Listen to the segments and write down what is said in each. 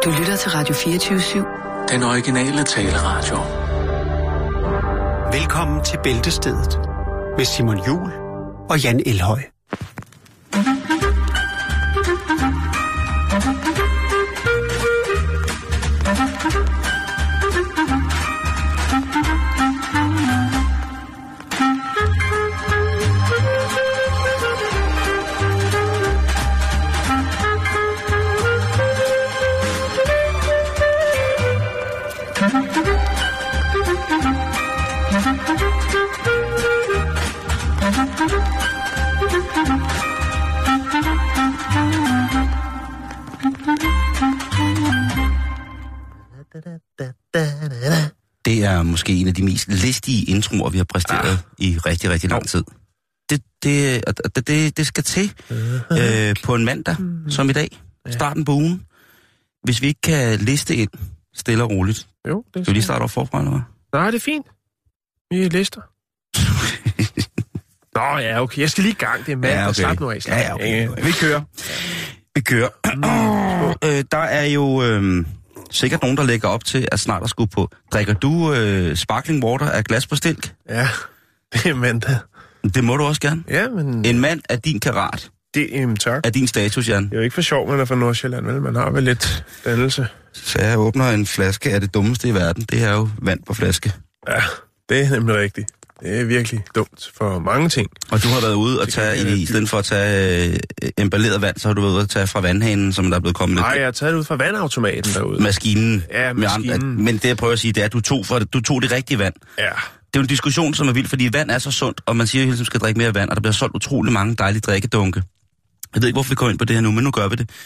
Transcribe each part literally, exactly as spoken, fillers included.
Du lytter til Radio fireogtyve syv. Den originale taleradio. Velkommen til Bæltestedet med Simon Juhl og Jan Elhøj. Det er måske en af de mest listige introer, vi har præsteret ah. i rigtig, rigtig lang tid. Det, det, det, det skal til øh, på en mandag, som i dag, starten på ugen. Hvis vi ikke kan liste ind stille og roligt. Jo, det skal vi lige starte op forfra, eller hvad? Nej, det er fint. Vi lister. Nå ja, okay. Jeg skal lige i gang. Det er mandag. Ja, okay. Slap nu af. Slap. Ja, okay. Vi kører. Vi kører. øh, der er jo øh, sikkert nogen, der lægger op til, at snart der skulle på. Drikker du øh, sparkling water af glas på stilk? Ja, det er mandag. Det må du også gerne. Ja, men... En mand er din karat. Det er tak. Er din status, Jan. Det er jo ikke for sjov, man er fra Nordsjælland, vel? Man har vel lidt dannelse. Så jeg åbner en flaske af det dummeste i verden. Det er jo vand på flaske. Ja, det er nemlig rigtigt. Det er virkelig dumt for mange ting. Og du har været ude og tage, i, i stedet for at tage øh, emballeret vand, så har du været ude at tage fra vandhanen, som der er blevet kommet lidt. Nej, jeg har taget det ud fra vandautomaten derude. Maskinen. Ja, maskinen. Andre, men det jeg prøver at sige, det er, at du tog, for, du tog det rigtige vand. Ja. Det er jo en diskussion, som er vild, fordi vand er så sundt, og man siger jo hele tiden, skal drikke mere vand, og der bliver solgt utrolig mange dejlige drikkedunke. Jeg ved ikke, hvorfor vi kommer ind på det her nu, men nu gør vi det.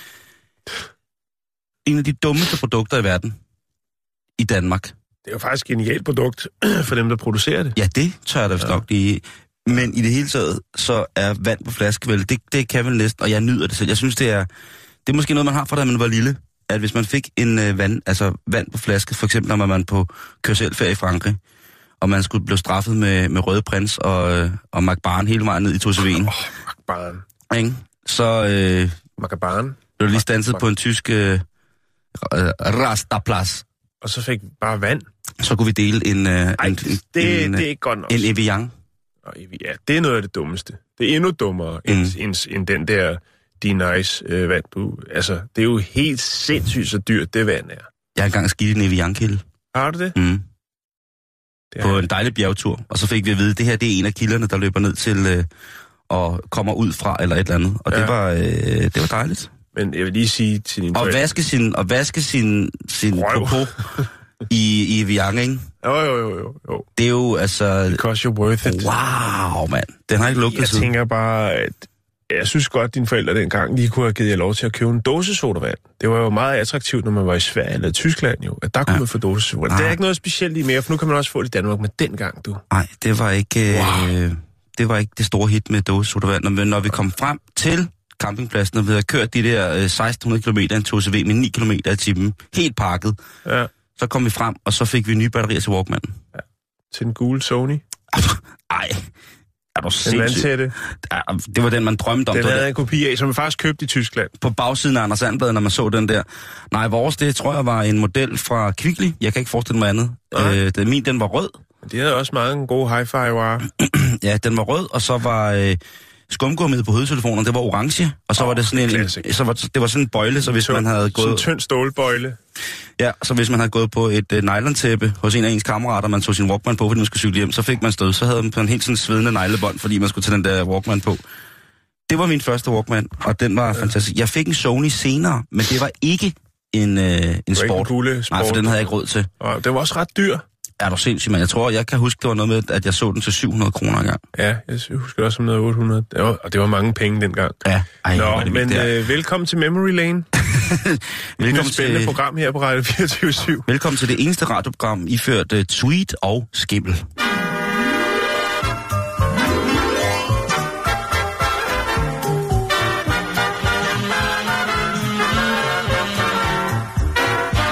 En af de dummeste produkter i verden, i Danmark. Det er jo faktisk et genialt produkt for dem, der producerer det. Ja, det tør jeg da vist nok lige. Men i det hele taget, så er vand på flaske vel, det, det kan vel næsten, og jeg nyder det selv. Jeg synes, det er, det er måske noget, man har fra da man var lille. At hvis man fik en øh, vand, altså vand på flaske, for eksempel når man var på kørselsferie i Frankrig, og man skulle blive straffet med, med Røde Prins og, øh, og Macbaren hele vejen ned i Toseveen. Åh, oh, Macbaren. Ikke? Så øh, Macbaren. blev du lige standset på en tysk øh, Rastaplads. Og så fik vi bare vand. Så kunne vi dele en... Øh, Ej, en, det, en, det er ikke godt nok. En Evian. Ja, det er noget af det dummeste. Det er endnu dummere mm. end, end, end den der D-Nice øh, vand. Du, altså, det er jo helt sindssygt så dyrt, det vand er. Jeg har engang skidt i en Evian-kilde. Har du det? Mm. det På en dejlig bjergtur. Og så fik vi at vide, at det her det er en af kilderne, der løber ned til øh, og kommer ud fra, eller et eller andet. Og ja. det, var, øh, det var dejligt. Men jeg vil lige sige til din Og forældre... vaske sin, og vaske sin, sin popo i, i Evian, ikke? Jo, jo, jo, jo, jo. Det er jo, altså... Because you're worth it. Wow, mand. Den har ikke lugtet Jeg siden. tænker bare, at jeg synes godt, at dine forældre dengang lige kunne have givet jer lov til at købe en dåsesodavand. Det var jo meget attraktivt, når man var i Sverige eller Tyskland jo, at der kunne ja. man få dåsesodavand. Det er ikke noget specielt lige mere, for nu kan man også få det i Danmark, men dengang, du. Nej, det var ikke... Wow. Øh, det var ikke det store hit med dåsesodavand. Men når vi kom frem til campingpladsen, og vi havde kørt de der øh, seksten hundrede kilometer en to C V med ni kilometer i timen, helt pakket, ja. så kom vi frem, og så fik vi nye batterier til Walkmanen. Ja. Til den gule Sony? Ej, er du den sindssygt? Det var den, man drømte om. Den havde det. en kopi af, som man faktisk købte i Tyskland. På bagsiden af Anders Sandblad, når man så den der. Nej, vores, det tror jeg var en model fra Kvickly. Jeg kan ikke forestille mig andet. Øh, det, min, den var rød. De havde også mange gode hi-fi-varer. Ja, den var rød, og så var... Øh, skumgummiet på hovedtelefonen, det var orange, og så oh, var det sådan en, en så var det var sådan en bøjle, så hvis tynd, man havde gået sådan en tynd stålbøjle. Ja, så hvis man havde gået på et uh, nylontæppe hos en af ens kammerater, man tog sin Walkman på, fordi man skulle cykle hjem, så fik man stød, så havde man på en helt sådan svedende neglebånd, fordi man skulle tage den der Walkman på. Det var min første Walkman, og den var ja. fantastisk. Jeg fik en Sony senere, men det var ikke en uh, en sport. sport. Nej, for den havde jeg ikke råd til. Og det var også ret dyr. Er du sindssygt, men jeg tror, jeg kan huske, det var noget med, at jeg så den til syv hundrede kroner engang. Ja, jeg husker også som noget otte hundrede. Det var, og det var mange penge dengang. Ja. Ej, Nå, men øh, velkommen til Memory Lane. Velkommen et spændende til... program her på Radio fireogtyve syv. Velkommen til det eneste radioprogram, iført uh, tweet og skimmel.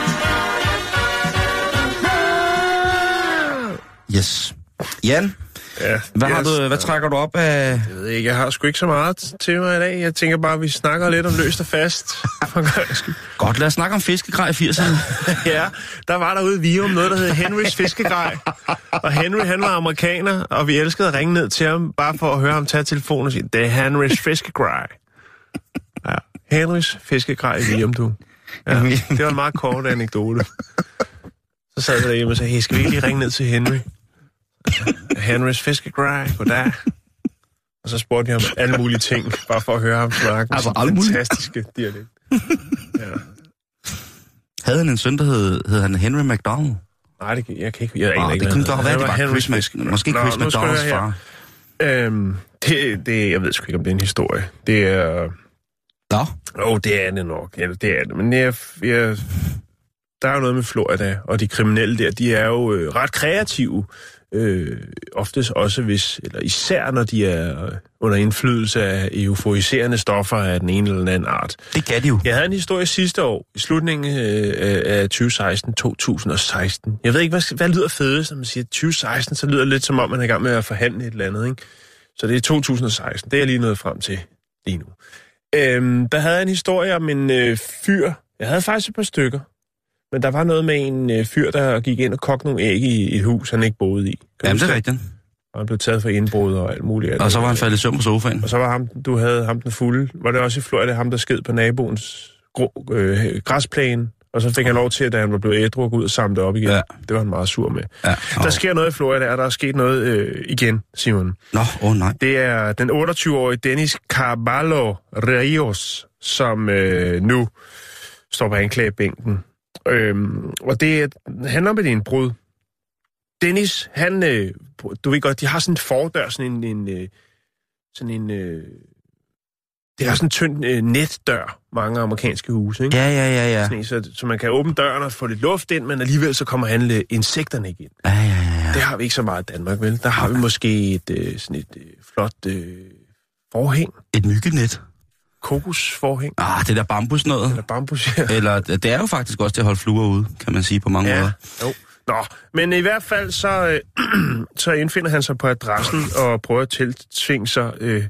Yes. Jan, Ja, Hvad, har yes. du, hvad trækker du op af? Jeg ved ikke, jeg har sgu ikke så meget til mig i dag. Jeg tænker bare, at vi snakker lidt om løst og fast. Godt, lad os snakke om fiskegrej i firserne. Ja, der var derude i Virum noget, der hed Henrys Fiskegrej. Og Henry, han var amerikaner, og vi elskede at ringe ned til ham, bare for at høre ham tage telefonen og sige, det er Henrys Fiskegrej. Ja, Henrys Fiskegrej i Virum, du. Ja, det var en meget kort anekdote. Så sad jeg derhjemme og sagde, hey, skal vi ikke lige ringe ned til Henry? Henrys Fiskegrej, goddag. Og så spurgte jeg ham alle mulige ting, bare for at høre ham snakke. Altså alle mulige? Fantastiske dialekt. Ja. Havde han en søn, der hed, hed han Henry McDonald? Nej, det, jeg kan ikke... Jeg Nå, ikke, det kunne godt være, det var Henry Chris Mc, måske Nå, Chris McDonalds far. Øhm, det, det, jeg ved sgu ikke, om det er en historie. Det er... Nå? Åh, oh, det er det nok. Ja, det er det. Men jeg, jeg, der er jo noget med Florida, og de kriminelle der, de er jo øh, ret kreative. Øh, oftest også hvis, eller især når de er under indflydelse af euforiserende stoffer af den ene eller den anden art. Det kan de jo. Jeg havde en historie sidste år, i slutningen øh, af tyve seksten to tusind og seksten. Jeg ved ikke, hvad, hvad lyder fedest, når man siger tyve seksten, så lyder det lidt som om, man er i gang med at forhandle et eller andet, ikke? Så det er to tusind og seksten, det er jeg lige nået frem til lige nu. Øhm, der havde jeg en historie om en øh, fyr, jeg havde faktisk et par stykker, men der var noget med en øh, fyr, der gik ind og kogte nogle æg i et hus, han ikke boede i. Jamen, det er rigtigt. Og han blev taget for indbrud og alt muligt andet. Og så var han faldet i søvn på sofaen. Og så var ham, du havde ham den fulde. Var det også i Florida, ham der sked på naboens grå, øh, græsplæne? Og så fik han lov til, at da han var blevet ædru, at gå ud og samle det op igen. Ja. Det var han meget sur med. Ja. Oh. Der sker noget i Florida, og der er sket noget øh, igen, Simon. Nå, åh oh, nej. Det er den otteogtyve-årige Dennis Carvalho Rios, som øh, nu står på anklagebænken. Øhm, og det handler om et indbrud. Dennis, han, øh, du ved godt, de har sådan en fordør, sådan en, en øh, sådan en, øh, det er sådan en tynd øh, netdør, mange amerikanske huse, ikke? Ja, ja, ja, ja. Sådan en, så, så man kan åbne døren og få lidt luft ind, men alligevel så kommer alle insekterne ikke ind. Ja, ja, ja, ja. Det har vi ikke så meget i Danmark, vel? Der har vi måske et, øh, sådan et øh, flot øh, forhæng. Et myggenet. Kokosforhæng. Ah, det der bambus noget. Eller bambus, ja. Eller, det er jo faktisk også til at holde fluer ude, kan man sige på mange ja. måder. Jo. Nå, men i hvert fald så, øh, så indfinder han sig på adressen og prøver at tiltvinge sig øh,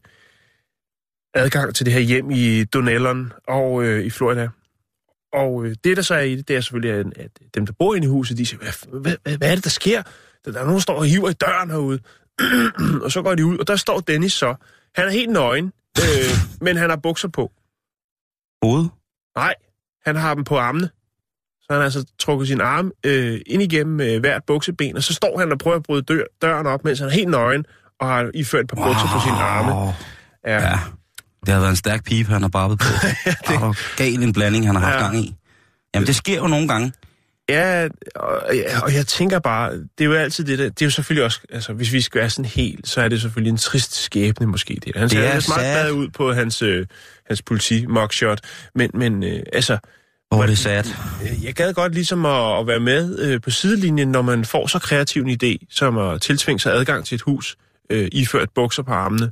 adgang til det her hjem i Donellon og øh, i Florida. Og øh, det, der så er i det, det er selvfølgelig, at dem, der bor inde i huset, de siger, hvad, hvad, hvad, hvad er det, der sker? Der er nogen, der står og hiver i døren herude. Og så går de ud, og der står Dennis så. Han er helt nøgen, øh, men han har bukser på. Hoved? Nej, han har dem på armene. Så han har altså trukket sin arm øh, ind igennem øh, hvert bukseben, og så står han og prøver at bryde dør, døren op, mens han er helt nøgen, og har iført et par bukser wow. på sine arme. Ja. ja. Det har været en stærk pipe, han har barbet på. ja, det er gal en blanding, han har haft ja. gang i. Jamen, det sker jo nogle gange. Ja, og, og jeg tænker bare, det er jo altid det der, det er jo selvfølgelig også, altså hvis vi skal være sådan helt, så er det selvfølgelig en trist skæbne måske. Det. Han ser lidt meget bad ud på hans, øh, hans politi-mugshot, men, men øh, altså... Hvor er det sad. Jeg gad godt ligesom at, at være med øh, på sidelinjen, når man får så kreativ en idé, som at tiltvinge sig adgang til et hus, øh, iført bukser på armene.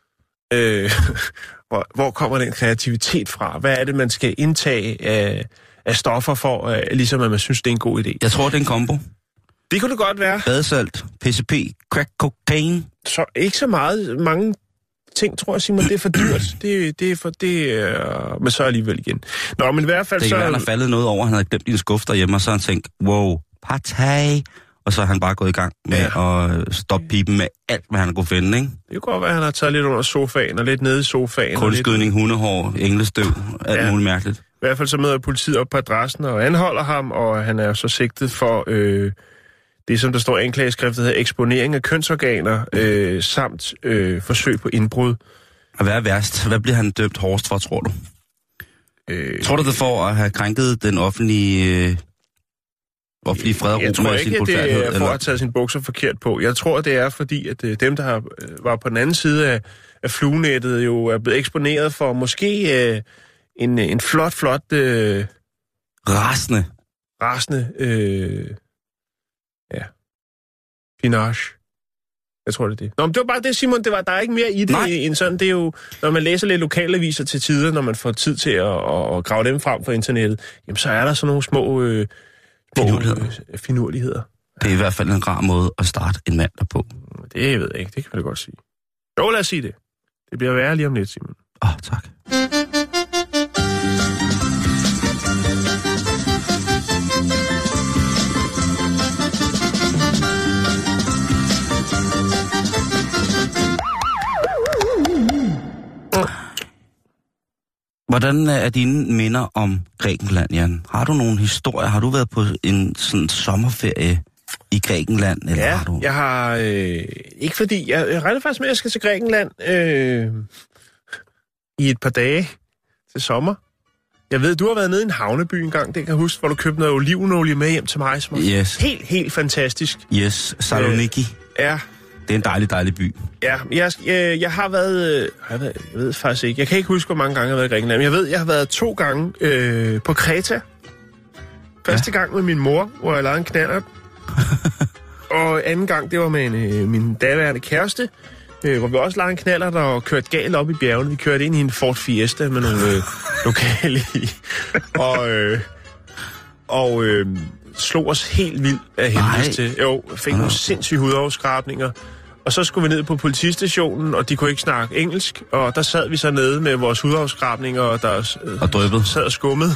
Øh, hvor, hvor kommer den kreativitet fra? Hvad er det, man skal indtage af, af stoffer for, øh, ligesom at man synes, det er en god idé? Jeg tror, det er en kombo. Det kunne det godt være. Badesalt, P C P, crack cocaine. Så ikke så meget, mange ting, tror jeg, Simon, det er for dyrt. Det, det er for det, øh, men så alligevel igen. Nå, men i hvert fald det så... Det kan være, han er faldet noget over, han havde glemt i en skuff derhjemme, og så har han tænkt, wow, partag. Og så har han bare gået i gang med ja. at stoppe pipen med alt, hvad han kunne finde, ikke? Det kunne godt være, at han har taget lidt under sofaen, og lidt nede i sofaen. Kunstskydning, lidt... hundehår, englestøv, alt ja. muligt mærkeligt. I hvert fald så møder politiet op på adressen og anholder ham, og han er så sigtet for øh, det, som der står i anklageskriftet, hedder eksponering af kønsorganer, øh, samt øh, forsøg på indbrud. Og hvad er værst? Hvad bliver han dømt hårdest for, tror du? Øh, tror du det for at have krænket den offentlige... Øh, offentlige fred og ro med sin Jeg tror ikke, at det er for eller? at have taget sin bukser forkert på. Jeg tror, det er fordi, at øh, dem, der har, øh, var på den anden side af, af fluenettet, jo er blevet eksponeret for måske øh, en, en flot, flot... Øh, rasende. Rasende... Øh, ja. Pinage. Jeg tror, det er det. Nå, men det var bare det, Simon. Det var, der er ikke mere i det Nej. end sådan. Det er jo, når man læser lidt lokalaviser til tider, når man får tid til at, at, at grave dem frem fra internettet, jamen så er der sådan nogle små... Øh, Finurligheder. Øh, finurligheder. Det er i hvert fald en rar måde at starte en mandag på. Det ved jeg ikke, det kan man da godt sige. Jo, lad os sige det. Det bliver værre lige om lidt, Simon. Åh, oh, tak. Hvordan er dine minder om Grækenland, Jan? Har du nogle historier? Har du været på en sådan sommerferie i Grækenland? Eller ja, har du... jeg har... Øh, ikke fordi... Jeg, jeg regner faktisk med, at jeg skal til Grækenland øh, i et par dage til sommer. Jeg ved, du har været nede i en havneby en gang, det kan jeg huske, hvor du købte noget olivenolie med hjem til mig, som var yes. helt, helt fantastisk. Yes, Saloniki. Øh, ja. Det er en dejlig, dejlig by. Ja, jeg, jeg, jeg har været... Jeg ved, jeg ved faktisk ikke. Jeg kan ikke huske, hvor mange gange jeg har været i Grækenland. Men jeg ved, jeg har været to gange øh, på Kreta. Første ja. gang med min mor, hvor jeg lavede en knallert. Og anden gang, det var med en, øh, min daværende kæreste, øh, hvor vi også lavede en knallert og kørte galt op i bjergene. Vi kørte ind i en Ford Fiesta med nogle øh, lokale i. Og, øh, og øh, slog os helt vildt af helvedes til. Jo, fik nogle sindssyge hudafskrabninger. Og så skulle vi ned på politistationen, og de kunne ikke snakke engelsk. Og der sad vi så nede med vores hudafskrabninger, og der øh, og drøbet. sad og skummede.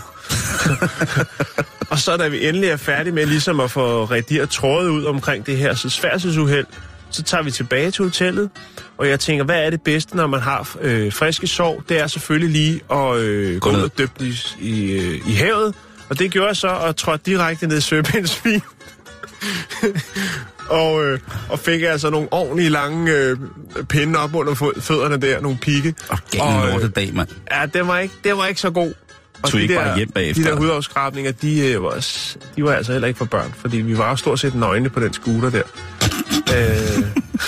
Og så da vi endelig er færdige med ligesom at få redigeret trådet ud omkring det her så færdselsuheld, så tager vi tilbage til hotellet. Og jeg tænker, hvad er det bedste, når man har øh, friske sov? Det er selvfølgelig lige at øh, gå ud og døbe i, i, øh, i havet. Og det gjorde jeg så, og trådte direkte ned i Søbindsvin. og, øh, og fik altså nogle ordentlige lange øh, pinde op under fødderne der, nogle pigge. Og gav en lortedag, mand. Ja, det var ikke, det var ikke så god. Og de ikke der, bare hjem bagefter. De der hudafskrabninger, de, øh, var, de var altså heller ikke for børn, fordi vi var jo stort set nøgne på den scooter der. øh,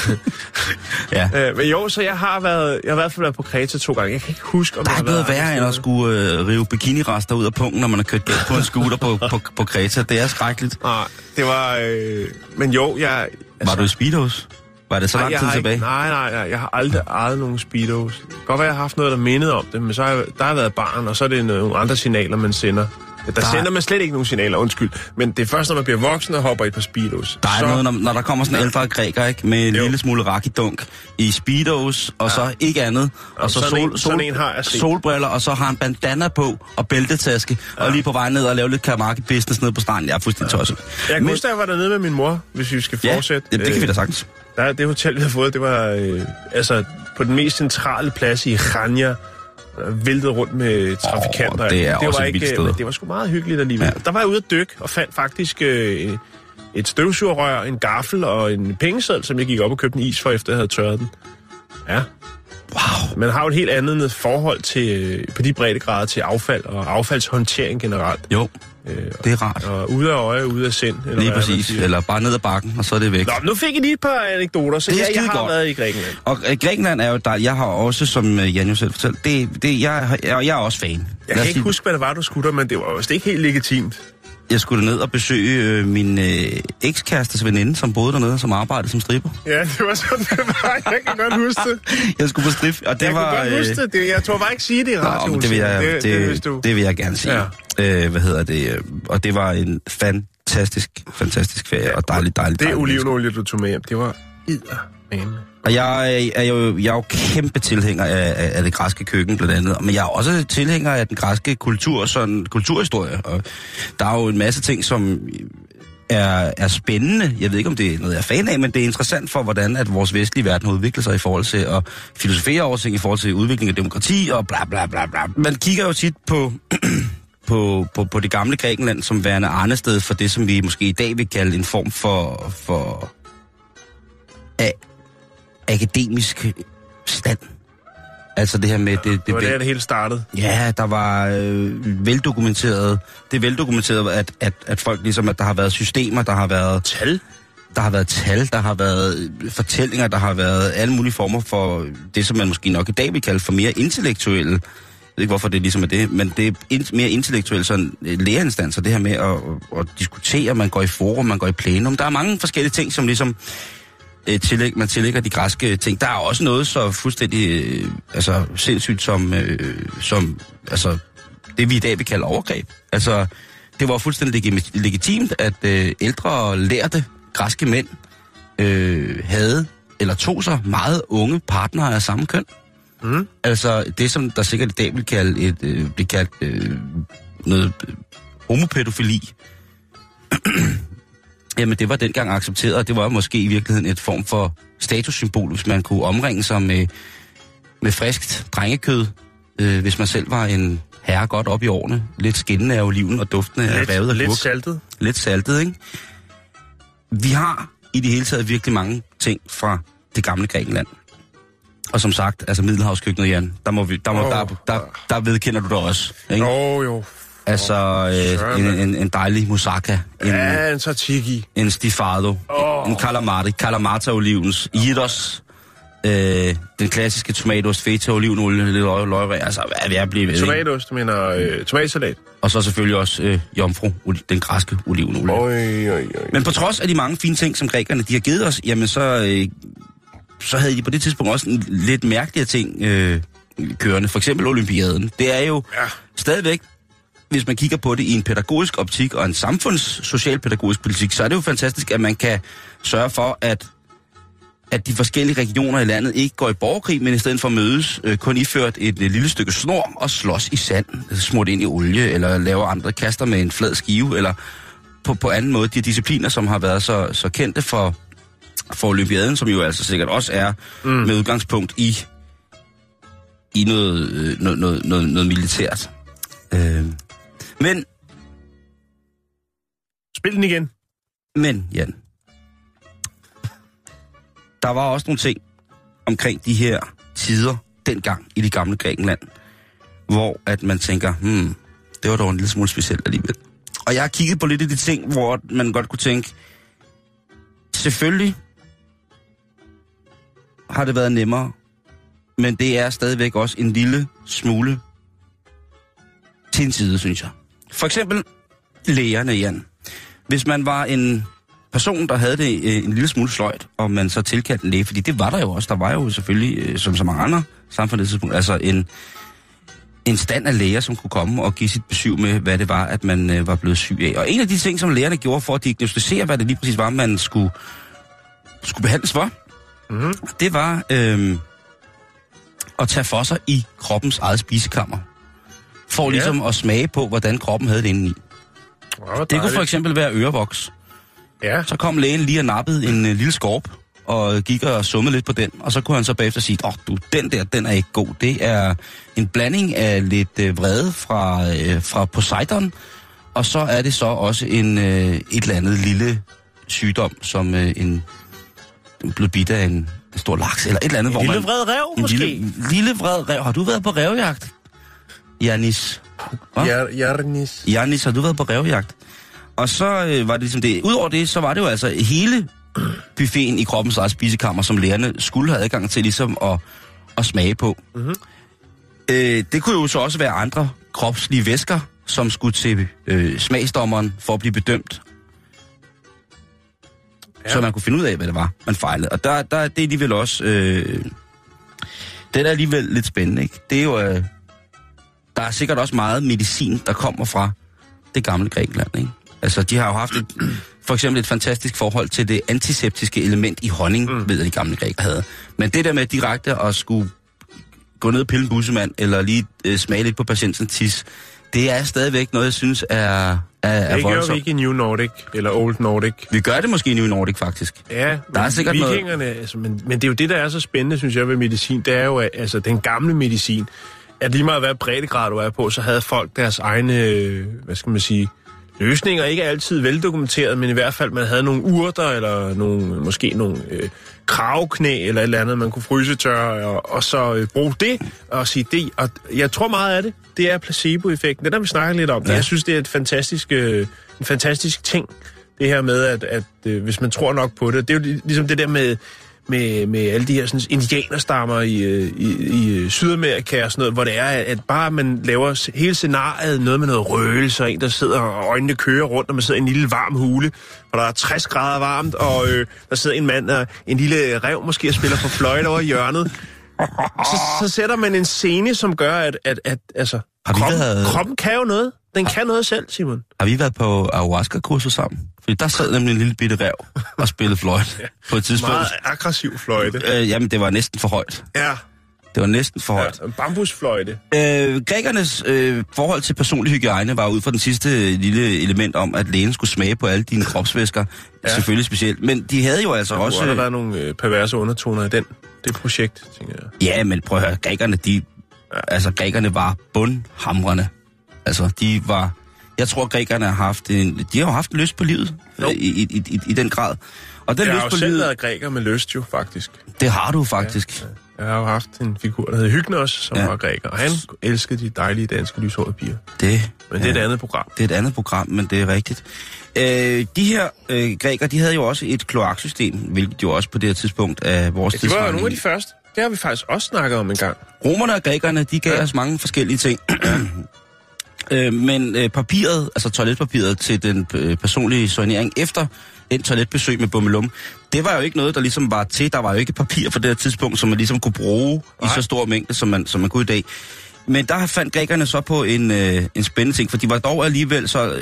ja. øh, men jo, så jeg har været, jeg har i hvert fald været på Kreta to gange. Jeg kan ikke huske, om der jeg har været... Der er noget værre end at skulle øh, rive bikinirester ud af pungen, når man har kørt galt på en scooter på, på, på Kreta. Det er skrækkeligt. Nej, det var... Øh, men jo, jeg... Altså, var du i Speedos? Var det så lang tid tilbage? Ikke, nej, nej, nej. Jeg har aldrig ejet nogen Speedos. Det kan godt være, jeg har haft noget, der mindede om det, men så har jeg, der har været barn, og så er det nogle andre signaler, man sender. Der, der sender man slet ikke nogen signaler, undskyld. Men det er først, når man bliver voksen og hopper i et par Speedos. Der er så... noget, når, når der kommer sådan en ældre græker, ikke? Med en jo. lille smule rakidunk i Speedos, og ja. så ikke andet. Og, og så sådan, sol, en, sol, sådan en har jeg set. solbriller, og så har han bandana på og bæltetaske, ja. og lige på vej ned og lave lidt karamaki-business nede på stranden. Jeg er fuldstændig ja. tosset. Jeg kan huske, at jeg var dernede med min mor, hvis vi skal fortsætte. Ja, det kan vi da sagtens. Der, det hotel, vi har fået, det var øh, altså på den mest centrale plads i Chania. Væltet rundt med trafikanter. Oh, det er det også var et vildt ikke, sted. Det var sgu meget hyggeligt alligevel. Ja. Der var jeg ude at dykke og fandt faktisk øh, et støvsugerrør, en gaffel og en pengeseddel, som jeg gik op og købte en is for, efter jeg havde tørret den. Ja. Wow. Man har jo et helt andet forhold til, på de breddegrader til affald og affaldshåndtering generelt. Jo, øh, det er rart. Og ude af øje, ude af sind. Eller lige præcis, eller bare ned ad bakken, og så er det væk. Nå, nu fik jeg lige et par anekdoter, så jeg, jeg har godt. været i Grækenland. Og øh, Grækenland er jo der, jeg har også, som øh, Jan jo selv fortalte, det, det, jeg, jeg, jeg er også fan. Jeg kan ikke huske, hvad det var, du skulle der, men det var jo ikke helt legitimt. Jeg skulle ned og besøge øh, min øh, ekskærestes veninde, som boede dernede, som arbejdede som stripper. Ja, det var sådan, det var. Jeg kan godt huske det. Jeg skulle på strip, og det jeg var... Jeg kan godt huske det. det. Jeg tror bare ikke sige det i radioen. Det vil jeg, det, det, det, det vil jeg gerne sige. Ja. Øh, hvad hedder det? Og det var en fantastisk, fantastisk ferie, ja, og dejligt, dejligt. Det olivenolie, du tog med hjem, det var eddermame. Og jeg er, jo, jeg er jo kæmpe tilhænger af, af, af det græske køkken blandt andet, men jeg er også tilhænger af den græske kultur, sådan kulturhistorie. Og der er jo en masse ting, som er, er spændende. Jeg ved ikke, om det er noget, jeg er fan af, men det er interessant for, hvordan at vores vestlige verden har udviklet sig i forhold til at filosofere over ting, i forhold til udvikling af demokrati og bla bla bla bla. Man kigger jo tit på... På, på, på det gamle Grækenland som værende arnested for det, som vi måske i dag vil kalde en form for, for a, akademisk stand. Altså det her med... Det, det, det var der, det hele startede. Ja, der var øh, veldokumenteret. Det er veldokumenteret, at, at, at folk ligesom, at der har været systemer, der har været... Tal? Der har været tal, der har været fortællinger, der har været alle mulige former for det, som man måske nok i dag vil kalde for mere intellektuelle. Jeg ved ikke, hvorfor det ligesom er det, men det er in, mere intellektuelt sådan lærerinstanser, det her med at, at, at diskutere, man går i forum, man går i plenum. Der er mange forskellige ting, som ligesom øh, tillæg, man tillægger de græske ting. Der er også noget så fuldstændig øh, altså, sindssygt som, øh, som altså, det, vi i dag vil kalde overgreb. Altså, det var fuldstændig legitimt, at øh, ældre lærte græske mænd øh, havde eller tog sig meget unge partnere af samme køn. Mm. Altså det, som der sikkert i dag vil kalde et, øh, blive kaldt øh, noget øh, homopædofili. Jamen det var dengang accepteret, og det var måske i virkeligheden et form for statussymbol, hvis man kunne omringe sig med, med friskt drengekød, øh, hvis man selv var en herre godt op i årene, lidt skinnende af oliven og duftende af revet og lidt gurk. saltet. Lidt saltet, ikke? Vi har i det hele taget virkelig mange ting fra det gamle Grækenland. Og som sagt, altså Middelhavskøkkenet, Jan, der, må vi, der, må, oh. der, der, der vedkender du dig også, ikke? Jo, jo. Altså øh, en, en, en dejlig moussaka. En, ja, en tzatziki. En stifado. Oh. En calamari. Kalamata-olivens. Idos. Øh, den klassiske tomatost, feta, olivenolie, lidt løg, altså hvad er vi at blive ved? Tomatost, du mener øh, tomatsalat. Og så selvfølgelig også øh, jomfru, den græske olivenolie. Oj, oj, oj. Men på trods af de mange fine ting, som grækerne de har givet os, jamen så, øh, så havde de på det tidspunkt også en lidt mærkeligere ting øh, kørende. For eksempel olympiaden. Det er jo ja. stadigvæk, hvis man kigger på det i en pædagogisk optik og en samfundssocialpædagogisk politik, så er det jo fantastisk, at man kan sørge for, at at de forskellige regioner i landet ikke går i borgerkrig, men i stedet for mødes, øh, kun iført et, et lille stykke snor og slås i sand, smurt ind i olie, eller laver andre kaster med en flad skive, eller på, på anden måde. De discipliner, som har været så, så kendte for, for olympiaden, som jo altså sikkert også er mm. med udgangspunkt i, i noget, øh, noget, noget, noget, noget militært. Øh. Men... Spil den igen. Men, Jan... Der var også nogle ting omkring de her tider dengang i det gamle Grækenland, hvor at man tænker, hmm, det var dog en lille smule specielt alligevel. Og jeg har kigget på lidt af de ting, hvor man godt kunne tænke, selvfølgelig har det været nemmere, men det er stadigvæk også en lille smule til en side, synes jeg. For eksempel lægerne, Jan. Hvis man var en person, der havde det øh, en lille smule sløjt, og man så tilkaldte en læge, fordi det var der jo også. Der var jo selvfølgelig, øh, som så mange andre samfundet, altså en, en stand af læger, som kunne komme og give sit besøg med, hvad det var, at man øh, var blevet syg af. Og en af de ting, som lægerne gjorde for at diagnostisere, hvad det lige præcis var, man skulle, skulle behandles for, mm-hmm. det var øh, at tage for sig i kroppens eget spisekammer. For yeah. ligesom at smage på, hvordan kroppen havde det indeni. Wow, det kunne for eksempel være ørevoks. Ja. Så kom lægen lige og nappede en uh, lille skorp, og gik og summede lidt på den, og så kunne han så bagefter sige, åh oh, du, den der, den er ikke god. Det er en blanding af lidt uh, vrede fra, uh, fra Poseidon, og så er det så også en, uh, et eller andet lille sygdom, som uh, en blevet bidt af en, en stor laks, eller et eller andet. En hvor lille man, vred rev, en måske? Lille, lille vred rev. Har du været på revjagt? Janis. Janis. Janis, har du været på revjagt? Og så øh, var det ligesom det. Udover det, så var det jo altså hele buffeten i kroppens eget spisekammer, som lægerne skulle have adgang til ligesom at, at smage på. Mm-hmm. Øh, det kunne jo så også være andre kropslige væsker, som skulle til øh, smagsdommeren for at blive bedømt. Ja. Så man kunne finde ud af, hvad det var, man fejlede. Og der, der det er alligevel også... Øh, det er alligevel lidt spændende, ikke? Det er jo... Øh, der er sikkert også meget medicin, der kommer fra det gamle Grækenland, ikke? Altså, de har jo haft et, for eksempel et fantastisk forhold til det antiseptiske element i honning, mm. ved at de gamle grækere havde. Men det der med direkte at skulle gå ned og pille en bussemand, eller lige øh, smage lidt på patientens tis, det er stadigvæk noget, jeg synes er, er, er det voldsomt. Det gør vi ikke i New Nordic, eller Old Nordic. Vi gør det måske i New Nordic, faktisk. Ja, der er sikkert vikingerne, noget... altså, men, men det er jo det, der er så spændende, synes jeg, ved medicin. Det er jo, at altså, den gamle medicin, at lige meget hvad breddegrad du er på, så havde folk deres egne, hvad skal man sige... løsninger, ikke altid veldokumenteret, men i hvert fald, man havde nogle urter, eller nogle, måske nogle øh, kravknæ, eller et eller andet, man kunne frysetørre, og, og så øh, bruge det, og sige det. Og jeg tror meget af det, det er placeboeffekten. Den har vi snakket lidt om. Ja. Jeg synes, det er et fantastisk, øh, en fantastisk ting, det her med, at, at øh, hvis man tror nok på det. Det er jo ligesom det der med... Med, med alle de her sådan, indianerstammer i, i, i Sydamerika og sådan noget, hvor det er, at bare man laver hele scenariet, noget med noget røgelse, og en, der sidder og øjnene kører rundt, og man sidder i en lille varm hule, hvor der er tres grader varmt, og øh, der sidder en mand, og en lille ræv måske, og spiller for fløjte over hjørnet. Så, så sætter man en scene, som gør, at, at, at altså, kroppen, været... kroppen kan jo noget. Den kan noget selv, Simon. Har vi været på ayahuasca-kurser sammen? Fordi der sad nemlig en lille bitte ræv og spillede fløjte ja. på et tidspunkt. Meget aggressiv fløjte. Øh, jamen, det var næsten for højt. Ja. Det var næsten for højt. Ja, en bambusfløjte. Øh, grækernes øh, forhold til personlig hygiejne var ud fra den sidste lille element om, at lægen skulle smage på alle dine kropsvæsker. Ja. Selvfølgelig specielt. Men de havde jo altså ja, også... Der var nogle øh, perverse undertoner i den, det projekt, tænker jeg. Ja, men prøv at høre, grækerne, de... Ja. Altså, grækerne var bundhamrende. Altså, de var... Jeg tror, grækerne har haft en... De har jo haft en lyst på livet no. i, i, i, i den grad. Og den jeg lyst har jo på selv livet, været græker med lyst jo, faktisk. Det har du faktisk. Ja, ja. Jeg har jo haft en figur, der hed Hygnos, som ja. var græker. Og han elskede de dejlige danske lyshårede piger. Det, men det er ja. et andet program. Det er et andet program, men det er rigtigt. Øh, de her øh, grækere, de havde jo også et kloaksystem, hvilket jo også på det her tidspunkt af vores ja, tidsregning. Det var jo nogle af de første. Det har vi faktisk også snakket om en gang. Romerne og grækerne, de gav ja. os mange forskellige ting. øh, men øh, papiret, altså toiletpapiret til den øh, personlige soignering efter en toiletbesøg med bummelum, det var jo ikke noget, der ligesom var til. Der var jo ikke papir på det her tidspunkt, som man ligesom kunne bruge Nej. i så stor mængde, som man, som man kunne i dag. Men der fandt grækerne så på en, øh, en spændende ting, for de var dog alligevel så,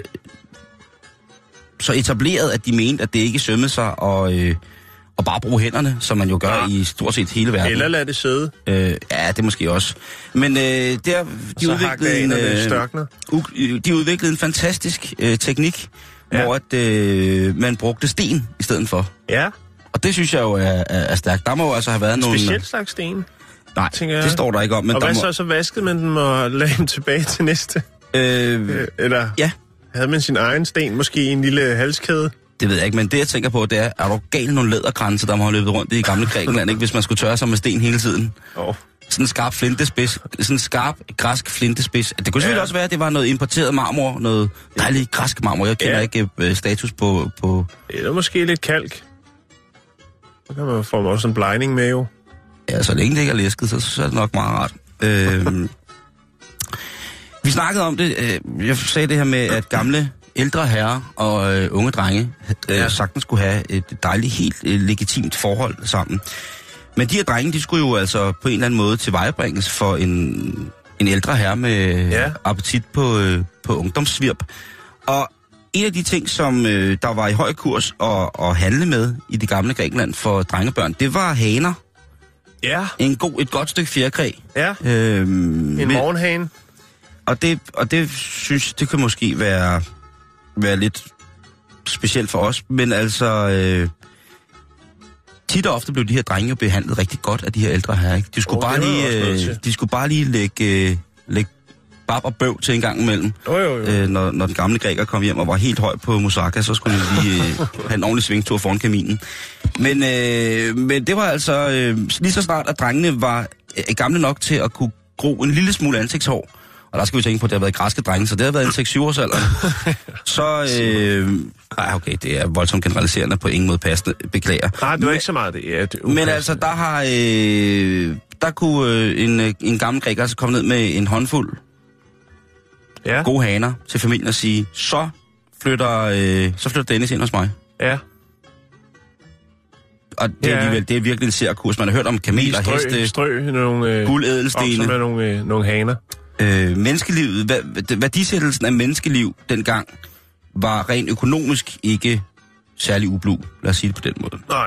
så etableret, at de mente, at det ikke sømmede sig og, øh, og bare bruge hænderne, som man jo gør ja. i stort set hele verden. Eller lade det sidde. Øh, ja, det måske også. Men øh, der, de, udviklede en, øh, de udviklede en fantastisk øh, teknik, ja. hvor at, øh, man brugte sten i stedet for. Ja. Og det synes jeg jo er, er, er stærkt. Der må jo altså have været nogle... Specielt slags sten? Nej, det står der ikke om. Men og der hvad må... så? Så vaskede man den og lagde den tilbage til næste? Øh, Eller ja. havde man sin egen sten, måske i en lille halskæde? Det ved jeg ikke, men det jeg tænker på, det er, er du gal nogle læderkranse, der må have løbet rundt i gamle Grækenland, ikke, hvis man skulle tørre sig med sten hele tiden? Oh. Sådan en skarp flintespids, sådan en skarp græsk flintespids. Det kunne selvfølgelig ja. også være, at det var noget importeret marmor, noget dejligt græsk marmor. Jeg kender ja. ikke uh, status på, på... Det er måske lidt kalk. Så kan man få også en blegning med jo. Ja, så længe det ikke er læsket, så, så er det nok meget rart. øhm, vi snakkede om det, øh, jeg sagde det her med, at gamle ældre herrer og øh, unge drenge øh, ja. sagtens skulle have et dejligt, helt øh, legitimt forhold sammen. Men de her drenge, de skulle jo altså på en eller anden måde tilvejebringes for en, en ældre herre med ja. appetit på, øh, på ungdomssvirp. Og en af de ting, som øh, der var i høj kurs at, at handle med i det gamle Grækenland for drengebørn, det var haner. Ja. En god, et godt stykke fjerkræ. Ja. Øhm, en morgenhane. Og det, og det synes det kan måske være, være lidt specielt for os, men altså øh, tit og ofte blev de her drenge behandlet rigtig godt af de her ældre herrer. Ikke? De skulle oh, bare lige, øh, de skulle bare lige lægge, øh, lægge bab og bøv til en gang imellem. Oh, jo, jo. Øh, når, når den gamle græker kom hjem og var helt høj på moussaka, så skulle de lige øh, have en ordentlig svingtur foran kaminen. Men, øh, men det var altså øh, lige så snart, at drengene var øh, gamle nok til at kunne gro en lille smule ansigtshår. Og der skal vi tænke på, at det har været græske drenge, så det har været en seks syv års alder. Så, øh, ej, okay, det er voldsomt generaliserende, på ingen måde passende, beklager. Nej, det var ikke så meget det. Ja, det men altså, der har, øh, der kunne øh, en, en gammel græker altså komme ned med en håndfuld ja. gode haner til familien og sige, så flytter, øh, så flytter Dennis ind hos mig. Ja. Og det er, alligevel, det er virkelig en særkurs. Man har hørt om kameler, strø, heste, strø, nogle, øh, guldædelstene. Og så med nogle, øh, nogle haner. Øh, menneskelivet, hvad, værdisættelsen af menneskeliv dengang var rent økonomisk ikke særlig ublu. Lad os sige det på den måde. Nej.